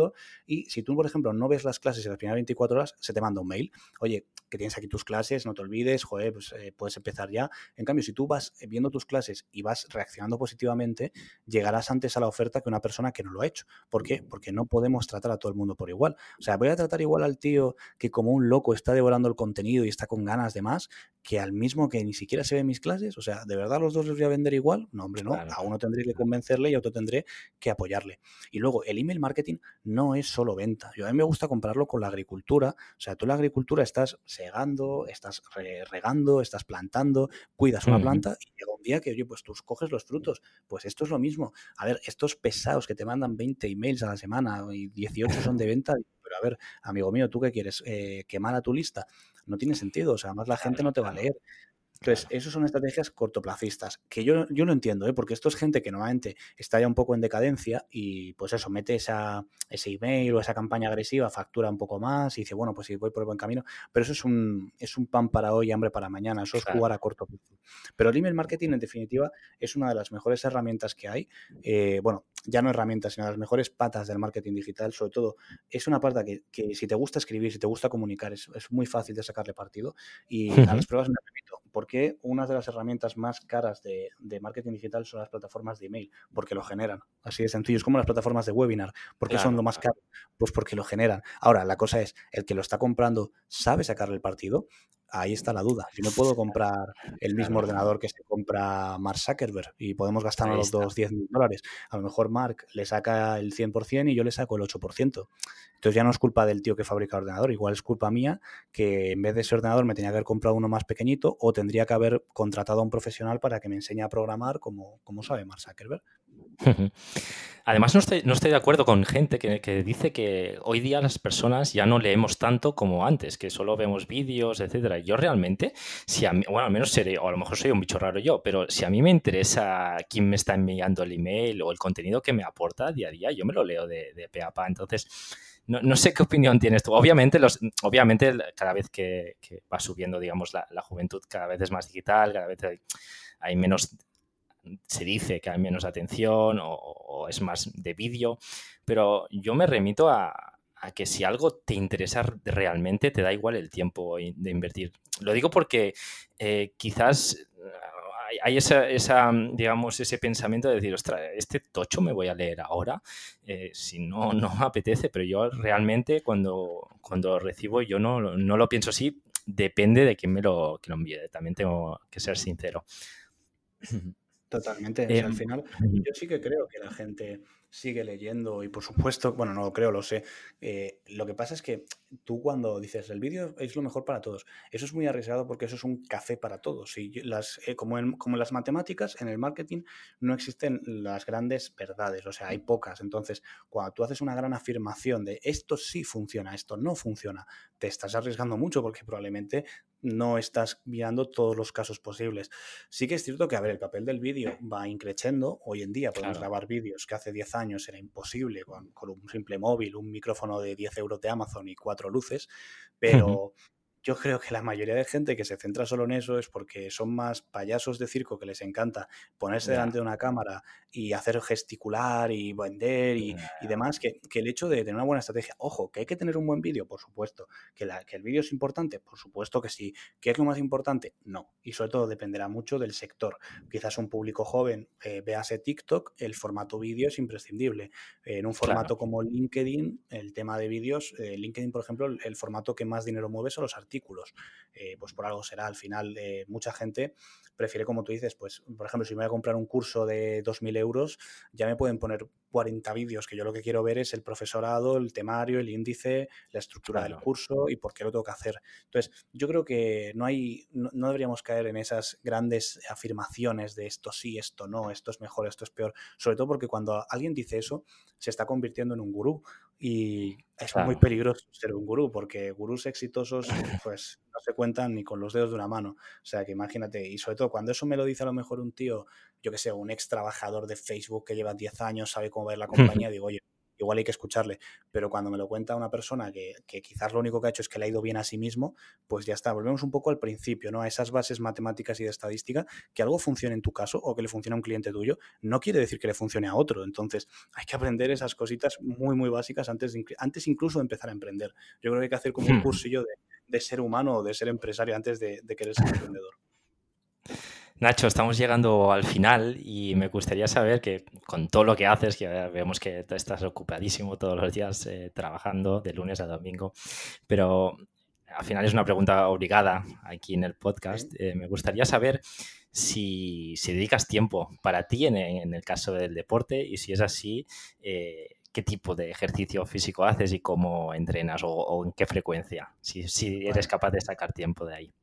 y si tú, por ejemplo, no ves las clases en las primeras veinticuatro horas, se te manda un mail. Oye, que tienes aquí tus clases, no te olvides, joder, pues eh, puedes empezar ya. En cambio, si tú vas viendo tus clases y vas reaccionando positivamente, llegarás antes a la oferta que una persona que no lo ha hecho. ¿Por qué? Porque no podemos tratar a todo el mundo por igual. O sea, voy a tratar igual al tío que como un loco está devorando el contenido y está con ganas de más, que al mismo que ni siquiera se ve en mis clases. O sea, ¿de verdad los dos les voy a vender igual? No, hombre, no. Claro, A uno tendré que convencerle y a otro tendré que apoyarle. Y luego, el email marketing no es solo venta. Yo, a mí me gusta compararlo con la agricultura. O sea, tú en la agricultura estás segando, estás regando, estás plantando, cuidas una uh-huh. planta y llega un día que, oye, pues tú coges los frutos. Pues esto es lo mismo. A ver, estos pesados que te mandan veinte emails a la semana y dieciocho son de venta, pero a ver, amigo mío, ¿tú qué quieres? Eh, ¿Quemar a tu lista? No tiene sentido. O sea, además la gente Claro, no te va a claro, leer. Entonces, claro. eso son estrategias cortoplacistas, que yo, yo lo entiendo, ¿eh? Porque esto es gente que normalmente está ya un poco en decadencia y pues eso, mete esa, ese email o esa campaña agresiva, factura un poco más y dice, bueno, pues sí, voy por el buen camino, pero eso es un, es un pan para hoy y hambre para mañana, eso es jugar Claro. a corto plazo. Pero el email marketing, en definitiva, es una de las mejores herramientas que hay, eh, bueno, ya no herramientas, sino las mejores patas del marketing digital, sobre todo, es una pata que, que si te gusta escribir, si te gusta comunicar, es, es muy fácil de sacarle partido y a Uh-huh. las pruebas me remito. ¿Por qué una de las herramientas más caras de, de marketing digital son las plataformas de email? Porque lo generan. Así de sencillo. Es como las plataformas de webinar. ¿Por qué son Claro, lo más caro? Pues porque lo generan. Ahora, la cosa es, ¿el que lo está comprando sabe sacarle el partido? Ahí está la duda. Yo no puedo comprar el mismo claro. ordenador que se compra Mark Zuckerberg y podemos gastarnos Ahí los está. dos diez mil dólares. A lo mejor Mark le saca el cien por ciento y yo le saco el ocho por ciento. Entonces ya no es culpa del tío que fabrica el ordenador, igual es culpa mía que en vez de ese ordenador me tenía que haber comprado uno más pequeñito o tendría que haber contratado a un profesional para que me enseñe a programar como, como sabe Mark Zuckerberg. Uh-huh. Además, no estoy, no estoy de acuerdo con gente que, que dice que hoy día las personas ya no leemos tanto como antes, que solo vemos vídeos, etcétera. Yo realmente, si a mí, bueno, al menos seré, o a lo mejor soy un bicho raro yo, pero si a mí me interesa quién me está enviando el email o el contenido que me aporta día a día, yo me lo leo de, de pe a pa. Entonces, no, no sé qué opinión tienes tú. Obviamente, los, obviamente cada vez que, que va subiendo, digamos, la, la juventud cada vez es más digital, cada vez hay, hay menos... se dice que hay menos atención o, o es más de vídeo, pero yo me remito a, a que si algo te interesa realmente, te da igual el tiempo de invertir. Lo digo porque eh, quizás hay, hay esa, esa, digamos, ese pensamiento de decir, ostras, este tocho me voy a leer ahora, eh, si no, no me apetece, pero yo realmente cuando, cuando recibo yo no, no lo pienso así, depende de quién me lo, que lo envíe, también tengo que ser sincero. Totalmente. O Eh, sea, al final, yo sí que creo que la gente sigue leyendo y por supuesto, bueno, no lo creo, lo sé. Eh, lo que pasa es que tú cuando dices el vídeo es lo mejor para todos, eso es muy arriesgado porque eso es un café para todos. Y las, eh, como, en, como en las matemáticas, en el marketing no existen las grandes verdades, o sea, hay pocas. Entonces, cuando tú haces una gran afirmación de esto sí funciona, esto no funciona, te estás arriesgando mucho porque probablemente no estás mirando todos los casos posibles. Sí que es cierto que, a ver, el papel del vídeo va increciendo. Hoy en día podemos claro. grabar vídeos que hace diez años era imposible con, con un simple móvil, un micrófono de diez euros de Amazon y cuatro luces, pero yo creo que la mayoría de gente que se centra solo en eso es porque son más payasos de circo que les encanta ponerse Ya. delante de una cámara y hacer gesticular y vender y, y demás, que, que el hecho de tener una buena estrategia. Ojo, que hay que tener un buen vídeo, por supuesto. Que, la, que el vídeo es importante, por supuesto que sí. ¿Qué es lo más importante? No. Y sobre todo dependerá mucho del sector. Quizás un público joven eh, véase TikTok, el formato vídeo es imprescindible. Eh, en un Claro. formato como LinkedIn, el tema de vídeos, eh, LinkedIn, por ejemplo, el, el formato que más dinero mueve son los artículos. Eh, pues por algo será. Al final, eh, mucha gente prefiere, como tú dices, pues, por ejemplo, si me voy a comprar un curso de dos mil euros, ya me pueden poner cuarenta vídeos, que yo lo que quiero ver es el profesorado, el temario, el índice, la estructura del Claro. curso y por qué lo tengo que hacer. Entonces, yo creo que no hay, no, no deberíamos caer en esas grandes afirmaciones de esto sí, esto no, esto es mejor, esto es peor, sobre todo porque cuando alguien dice eso, se está convirtiendo en un gurú y es muy Claro. peligroso ser un gurú porque gurús exitosos pues no se cuentan ni con los dedos de una mano. O sea, que imagínate, y sobre todo cuando eso me lo dice a lo mejor un tío, yo que sé, un ex trabajador de Facebook que lleva diez años, sabe cómo ver la compañía, digo, oye, igual hay que escucharle. Pero cuando me lo cuenta una persona que, que quizás lo único que ha hecho es que le ha ido bien a sí mismo, pues ya está, volvemos un poco al principio, ¿no? A esas bases matemáticas y de estadística, que algo funcione en tu caso o que le funcione a un cliente tuyo, no quiere decir que le funcione a otro. Entonces, hay que aprender esas cositas muy, muy básicas antes, de, antes incluso de empezar a emprender. Yo creo que hay que hacer como un cursillo de, de ser humano o de ser empresario antes de, de querer ser emprendedor. Nacho, estamos llegando al final y me gustaría saber que con todo lo que haces, que vemos que estás ocupadísimo todos los días eh, trabajando de lunes a domingo, pero al final es una pregunta obligada aquí en el podcast. Sí. Eh, me gustaría saber si, si dedicas tiempo para ti en, en el caso del deporte y si es así, eh, qué tipo de ejercicio físico haces y cómo entrenas o, o en qué frecuencia, si, si eres capaz de sacar tiempo de ahí.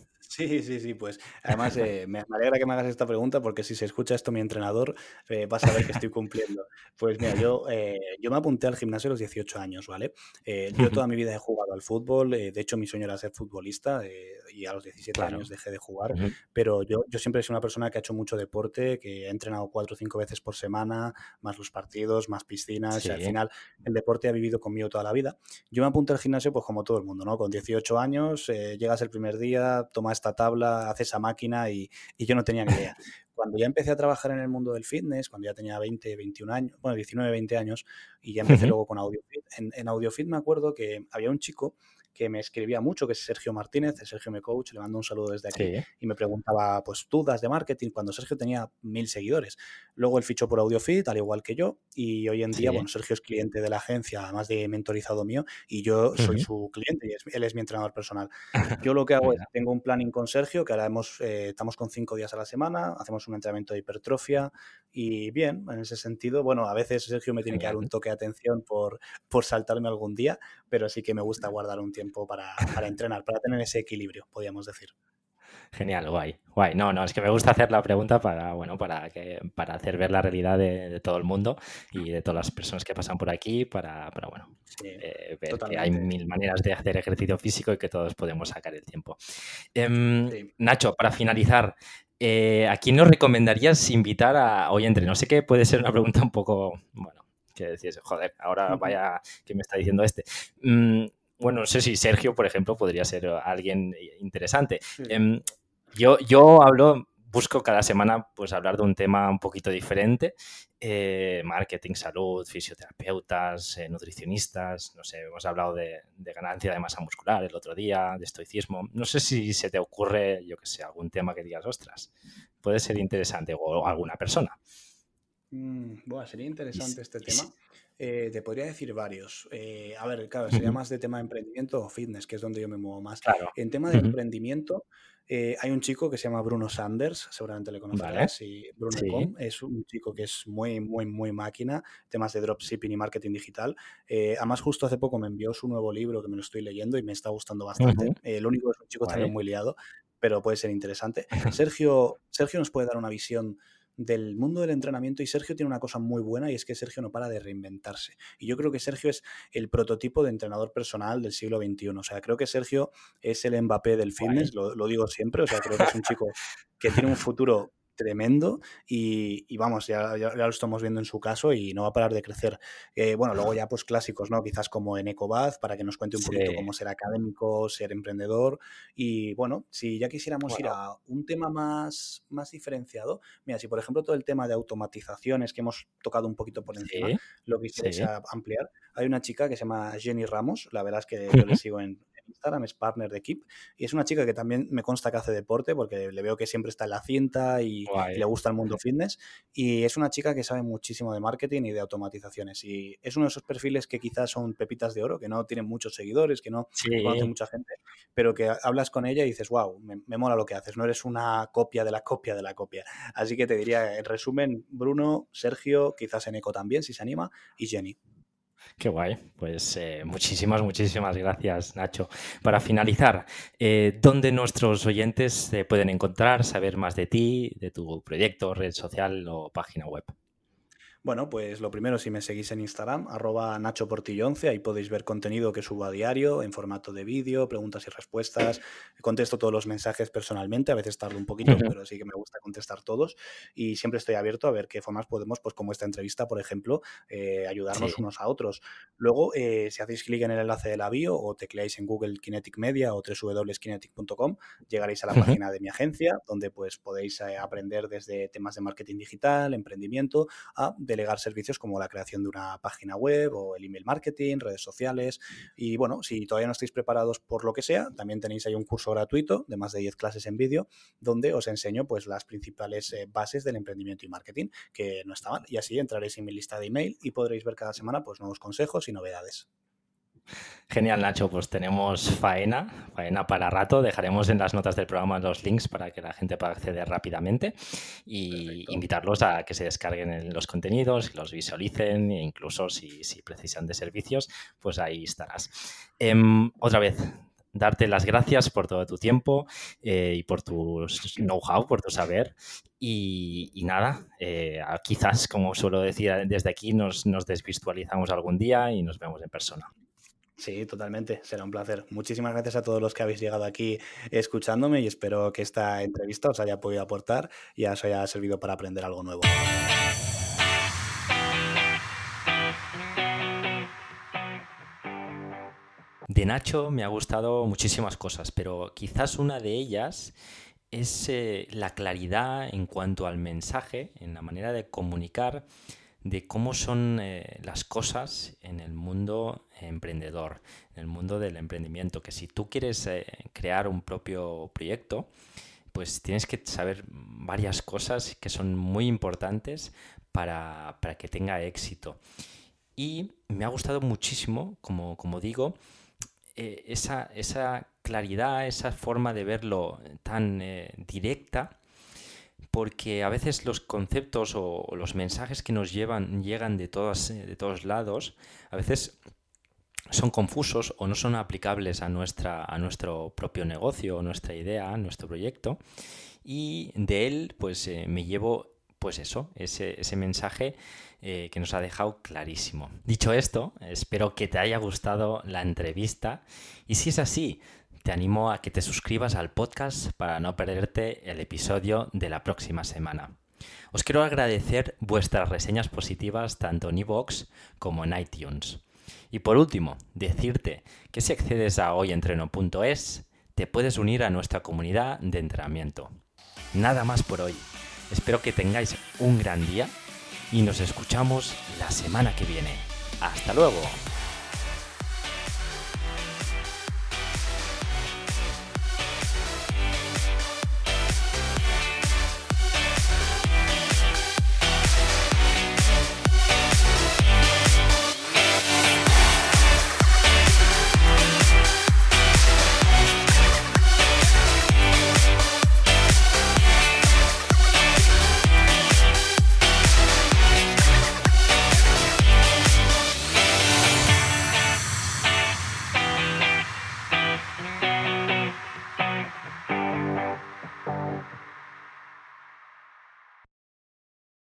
Sí, sí, sí, pues además eh, me, me alegra que me hagas esta pregunta porque si se escucha esto mi entrenador eh, va a saber que estoy cumpliendo. Pues mira, yo, eh, yo me apunté al gimnasio a los dieciocho años, ¿vale? Eh, yo toda mi vida he jugado al fútbol, eh, de hecho mi sueño era ser futbolista eh, y a los diecisiete Claro. años dejé de jugar, Uh-huh. pero yo, yo siempre he sido una persona que ha hecho mucho deporte, que he entrenado cuatro o cinco veces por semana, más los partidos, más piscinas, Sí. y al final el deporte ha vivido conmigo toda la vida. Yo me apunté al gimnasio pues como todo el mundo, ¿no? Con dieciocho años, eh, llegas el primer día, tomas esta tabla, hace esa máquina y, y yo no tenía ni idea. Cuando ya empecé a trabajar en el mundo del fitness, cuando ya tenía veinte, veintiún años, bueno, diecinueve, veinte años, y ya empecé uh-huh. luego con AudioFit, en, en AudioFit me acuerdo que había un chico que me escribía mucho, que es Sergio Martínez, el Sergio Me Coach, le mando un saludo desde aquí, sí. Y me preguntaba, pues, dudas de marketing, cuando Sergio tenía mil seguidores. Luego él fichó por AudioFit, al igual que yo, y hoy en día, sí. Bueno, Sergio es cliente de la agencia, además de mentorizado mío, y yo soy uh-huh. su cliente, y es, él es mi entrenador personal. Yo lo que hago es, tengo un planning con Sergio, que ahora hemos, eh, estamos con cinco días a la semana, hacemos un entrenamiento de hipertrofia, y bien, en ese sentido, bueno, a veces Sergio me tiene Genial. que dar un toque de atención por, por saltarme algún día, pero sí que me gusta guardar un tiempo para, para entrenar, para tener ese equilibrio, podríamos decir. Genial, guay, guay. No, no, es que me gusta hacer la pregunta para, bueno, para que, para hacer ver la realidad de, de todo el mundo y de todas las personas que pasan por aquí, para, para bueno, sí, eh, ver totalmente. Que hay mil maneras de hacer ejercicio físico y que todos podemos sacar el tiempo. Eh, sí. Nacho, para finalizar, eh, ¿a quién nos recomendarías invitar a Hoy Entreno? Sé que puede ser una pregunta un poco, bueno, que decís, joder, ahora vaya, ¿qué me está diciendo este? Mm, Bueno, no sé si Sergio, por ejemplo, podría ser alguien interesante. Sí. Eh, yo, yo hablo, busco cada semana pues hablar de un tema un poquito diferente. Eh, marketing, salud, fisioterapeutas, eh, nutricionistas, no sé, hemos hablado de, de ganancia de masa muscular el otro día, de estoicismo. No sé si se te ocurre, yo qué sé, algún tema que digas, ostras, puede ser interesante o alguna persona. Mm, bueno, sería interesante y, este y, tema. Eh, te podría decir varios. Eh, a ver, claro, sería uh-huh. más de tema de emprendimiento o fitness, que es donde yo me muevo más. Claro. En tema de uh-huh. emprendimiento, eh, hay un chico que se llama Bruno Sanders, seguramente le conocerás. Vale. Y Bruno sí. Com es un chico que es muy, muy, muy máquina, temas de dropshipping y marketing digital. Eh, además, justo hace poco me envió su nuevo libro que me lo estoy leyendo y me está gustando bastante. Uh-huh. Eh, lo único es un chico vale. también muy liado, pero puede ser interesante. Sergio, Sergio nos puede dar una visión del mundo del entrenamiento y Sergio tiene una cosa muy buena y es que Sergio no para de reinventarse. Y yo creo que Sergio es el prototipo de entrenador personal del siglo veintiuno. O sea, creo que Sergio es el Mbappé del fitness, lo, lo digo siempre. O sea, creo que es un chico que tiene un futuro tremendo y, y vamos, ya, ya, ya lo estamos viendo en su caso y no va a parar de crecer. Eh, bueno, luego ya pues clásicos, ¿no? Quizás como en Ecobaz, para que nos cuente un sí. poquito cómo ser académico, ser emprendedor y bueno, si ya quisiéramos bueno. ir a un tema más, más diferenciado, mira, si por ejemplo todo el tema de automatizaciones que hemos tocado un poquito por encima, sí. lo quisierais sí. ampliar, hay una chica que se llama Jenny Ramos, la verdad es que yo le sigo en Instagram, es partner de Keep y es una chica que también me consta que hace deporte porque le veo que siempre está en la cinta y, y le gusta el mundo fitness y es una chica que sabe muchísimo de marketing y de automatizaciones y es uno de esos perfiles que quizás son pepitas de oro, que no tienen muchos seguidores, que no sí. conoce mucha gente, pero que hablas con ella y dices, wow, me, me mola lo que haces, no eres una copia de la copia de la copia. Así que te diría, en resumen, Bruno, Sergio, quizás Eneco también, si se anima, y Jenny. Qué guay. Pues eh, muchísimas, muchísimas gracias, Nacho. Para finalizar, eh, ¿dónde nuestros oyentes te pueden encontrar, saber más de ti, de tu proyecto, red social o página web? Bueno, pues lo primero, si me seguís en Instagram, arroba Nacho Portillo once, ahí podéis ver contenido que subo a diario en formato de vídeo, preguntas y respuestas. Contesto todos los mensajes personalmente, a veces tardo un poquito, Ujú. pero sí que me gusta contestar todos y siempre estoy abierto a ver qué formas podemos, pues como esta entrevista, por ejemplo, eh, Sí. ayudarnos unos a otros. Luego, eh, si hacéis clic en el enlace de la bio o tecleáis en Google Kinetic Media o doble u doble u doble u punto kinetic punto com, llegaréis a la Ujú. página de mi agencia, donde pues podéis eh, aprender desde temas de marketing digital, emprendimiento, a delegar servicios como la creación de una página web o el email marketing, redes sociales. Y bueno, si todavía no estáis preparados por lo que sea, también tenéis ahí un curso gratuito de más de diez clases en vídeo donde os enseño pues las principales eh, bases del emprendimiento y marketing, que no está mal. Y así entraréis en mi lista de email y podréis ver cada semana pues nuevos consejos y novedades. Genial, Nacho, pues tenemos faena, faena para rato. Dejaremos en las notas del programa los links para que la gente pueda acceder rápidamente y Perfecto. invitarlos a que se descarguen los contenidos, los visualicen e incluso si, si precisan de servicios, pues ahí estarás. Eh, otra vez, darte las gracias por todo tu tiempo eh, y por tu know-how, por tu saber. Y, y nada, eh, quizás, como suelo decir desde aquí, nos, nos desvirtualizamos algún día y nos vemos en persona. Sí, totalmente. Será un placer. Muchísimas gracias a todos los que habéis llegado aquí escuchándome y espero que esta entrevista os haya podido aportar y os haya servido para aprender algo nuevo. De Nacho me ha gustado muchísimas cosas, pero quizás una de ellas es eh, la claridad en cuanto al mensaje, en la manera de comunicar, de cómo son eh, las cosas en el mundo emprendedor, en el mundo del emprendimiento, que si tú quieres eh, crear un propio proyecto, pues tienes que saber varias cosas que son muy importantes para, para que tenga éxito. Y me ha gustado muchísimo, como, como digo, eh, esa, esa claridad, esa forma de verlo tan eh, directa, porque a veces los conceptos o, o los mensajes que nos llevan, llegan de, todas, eh, de todos lados, a veces son confusos o no son aplicables a, nuestra, a nuestro propio negocio o nuestra idea, a nuestro proyecto. Y de él, pues eh, me llevo, pues eso, ese, ese mensaje eh, que nos ha dejado clarísimo. Dicho esto, espero que te haya gustado la entrevista y si es así, te animo a que te suscribas al podcast para no perderte el episodio de la próxima semana. Os quiero agradecer vuestras reseñas positivas tanto en iVoox como en iTunes. Y por último, decirte que si accedes a hoyentreno punto es, te puedes unir a nuestra comunidad de entrenamiento. Nada más por hoy. Espero que tengáis un gran día y nos escuchamos la semana que viene. ¡Hasta luego!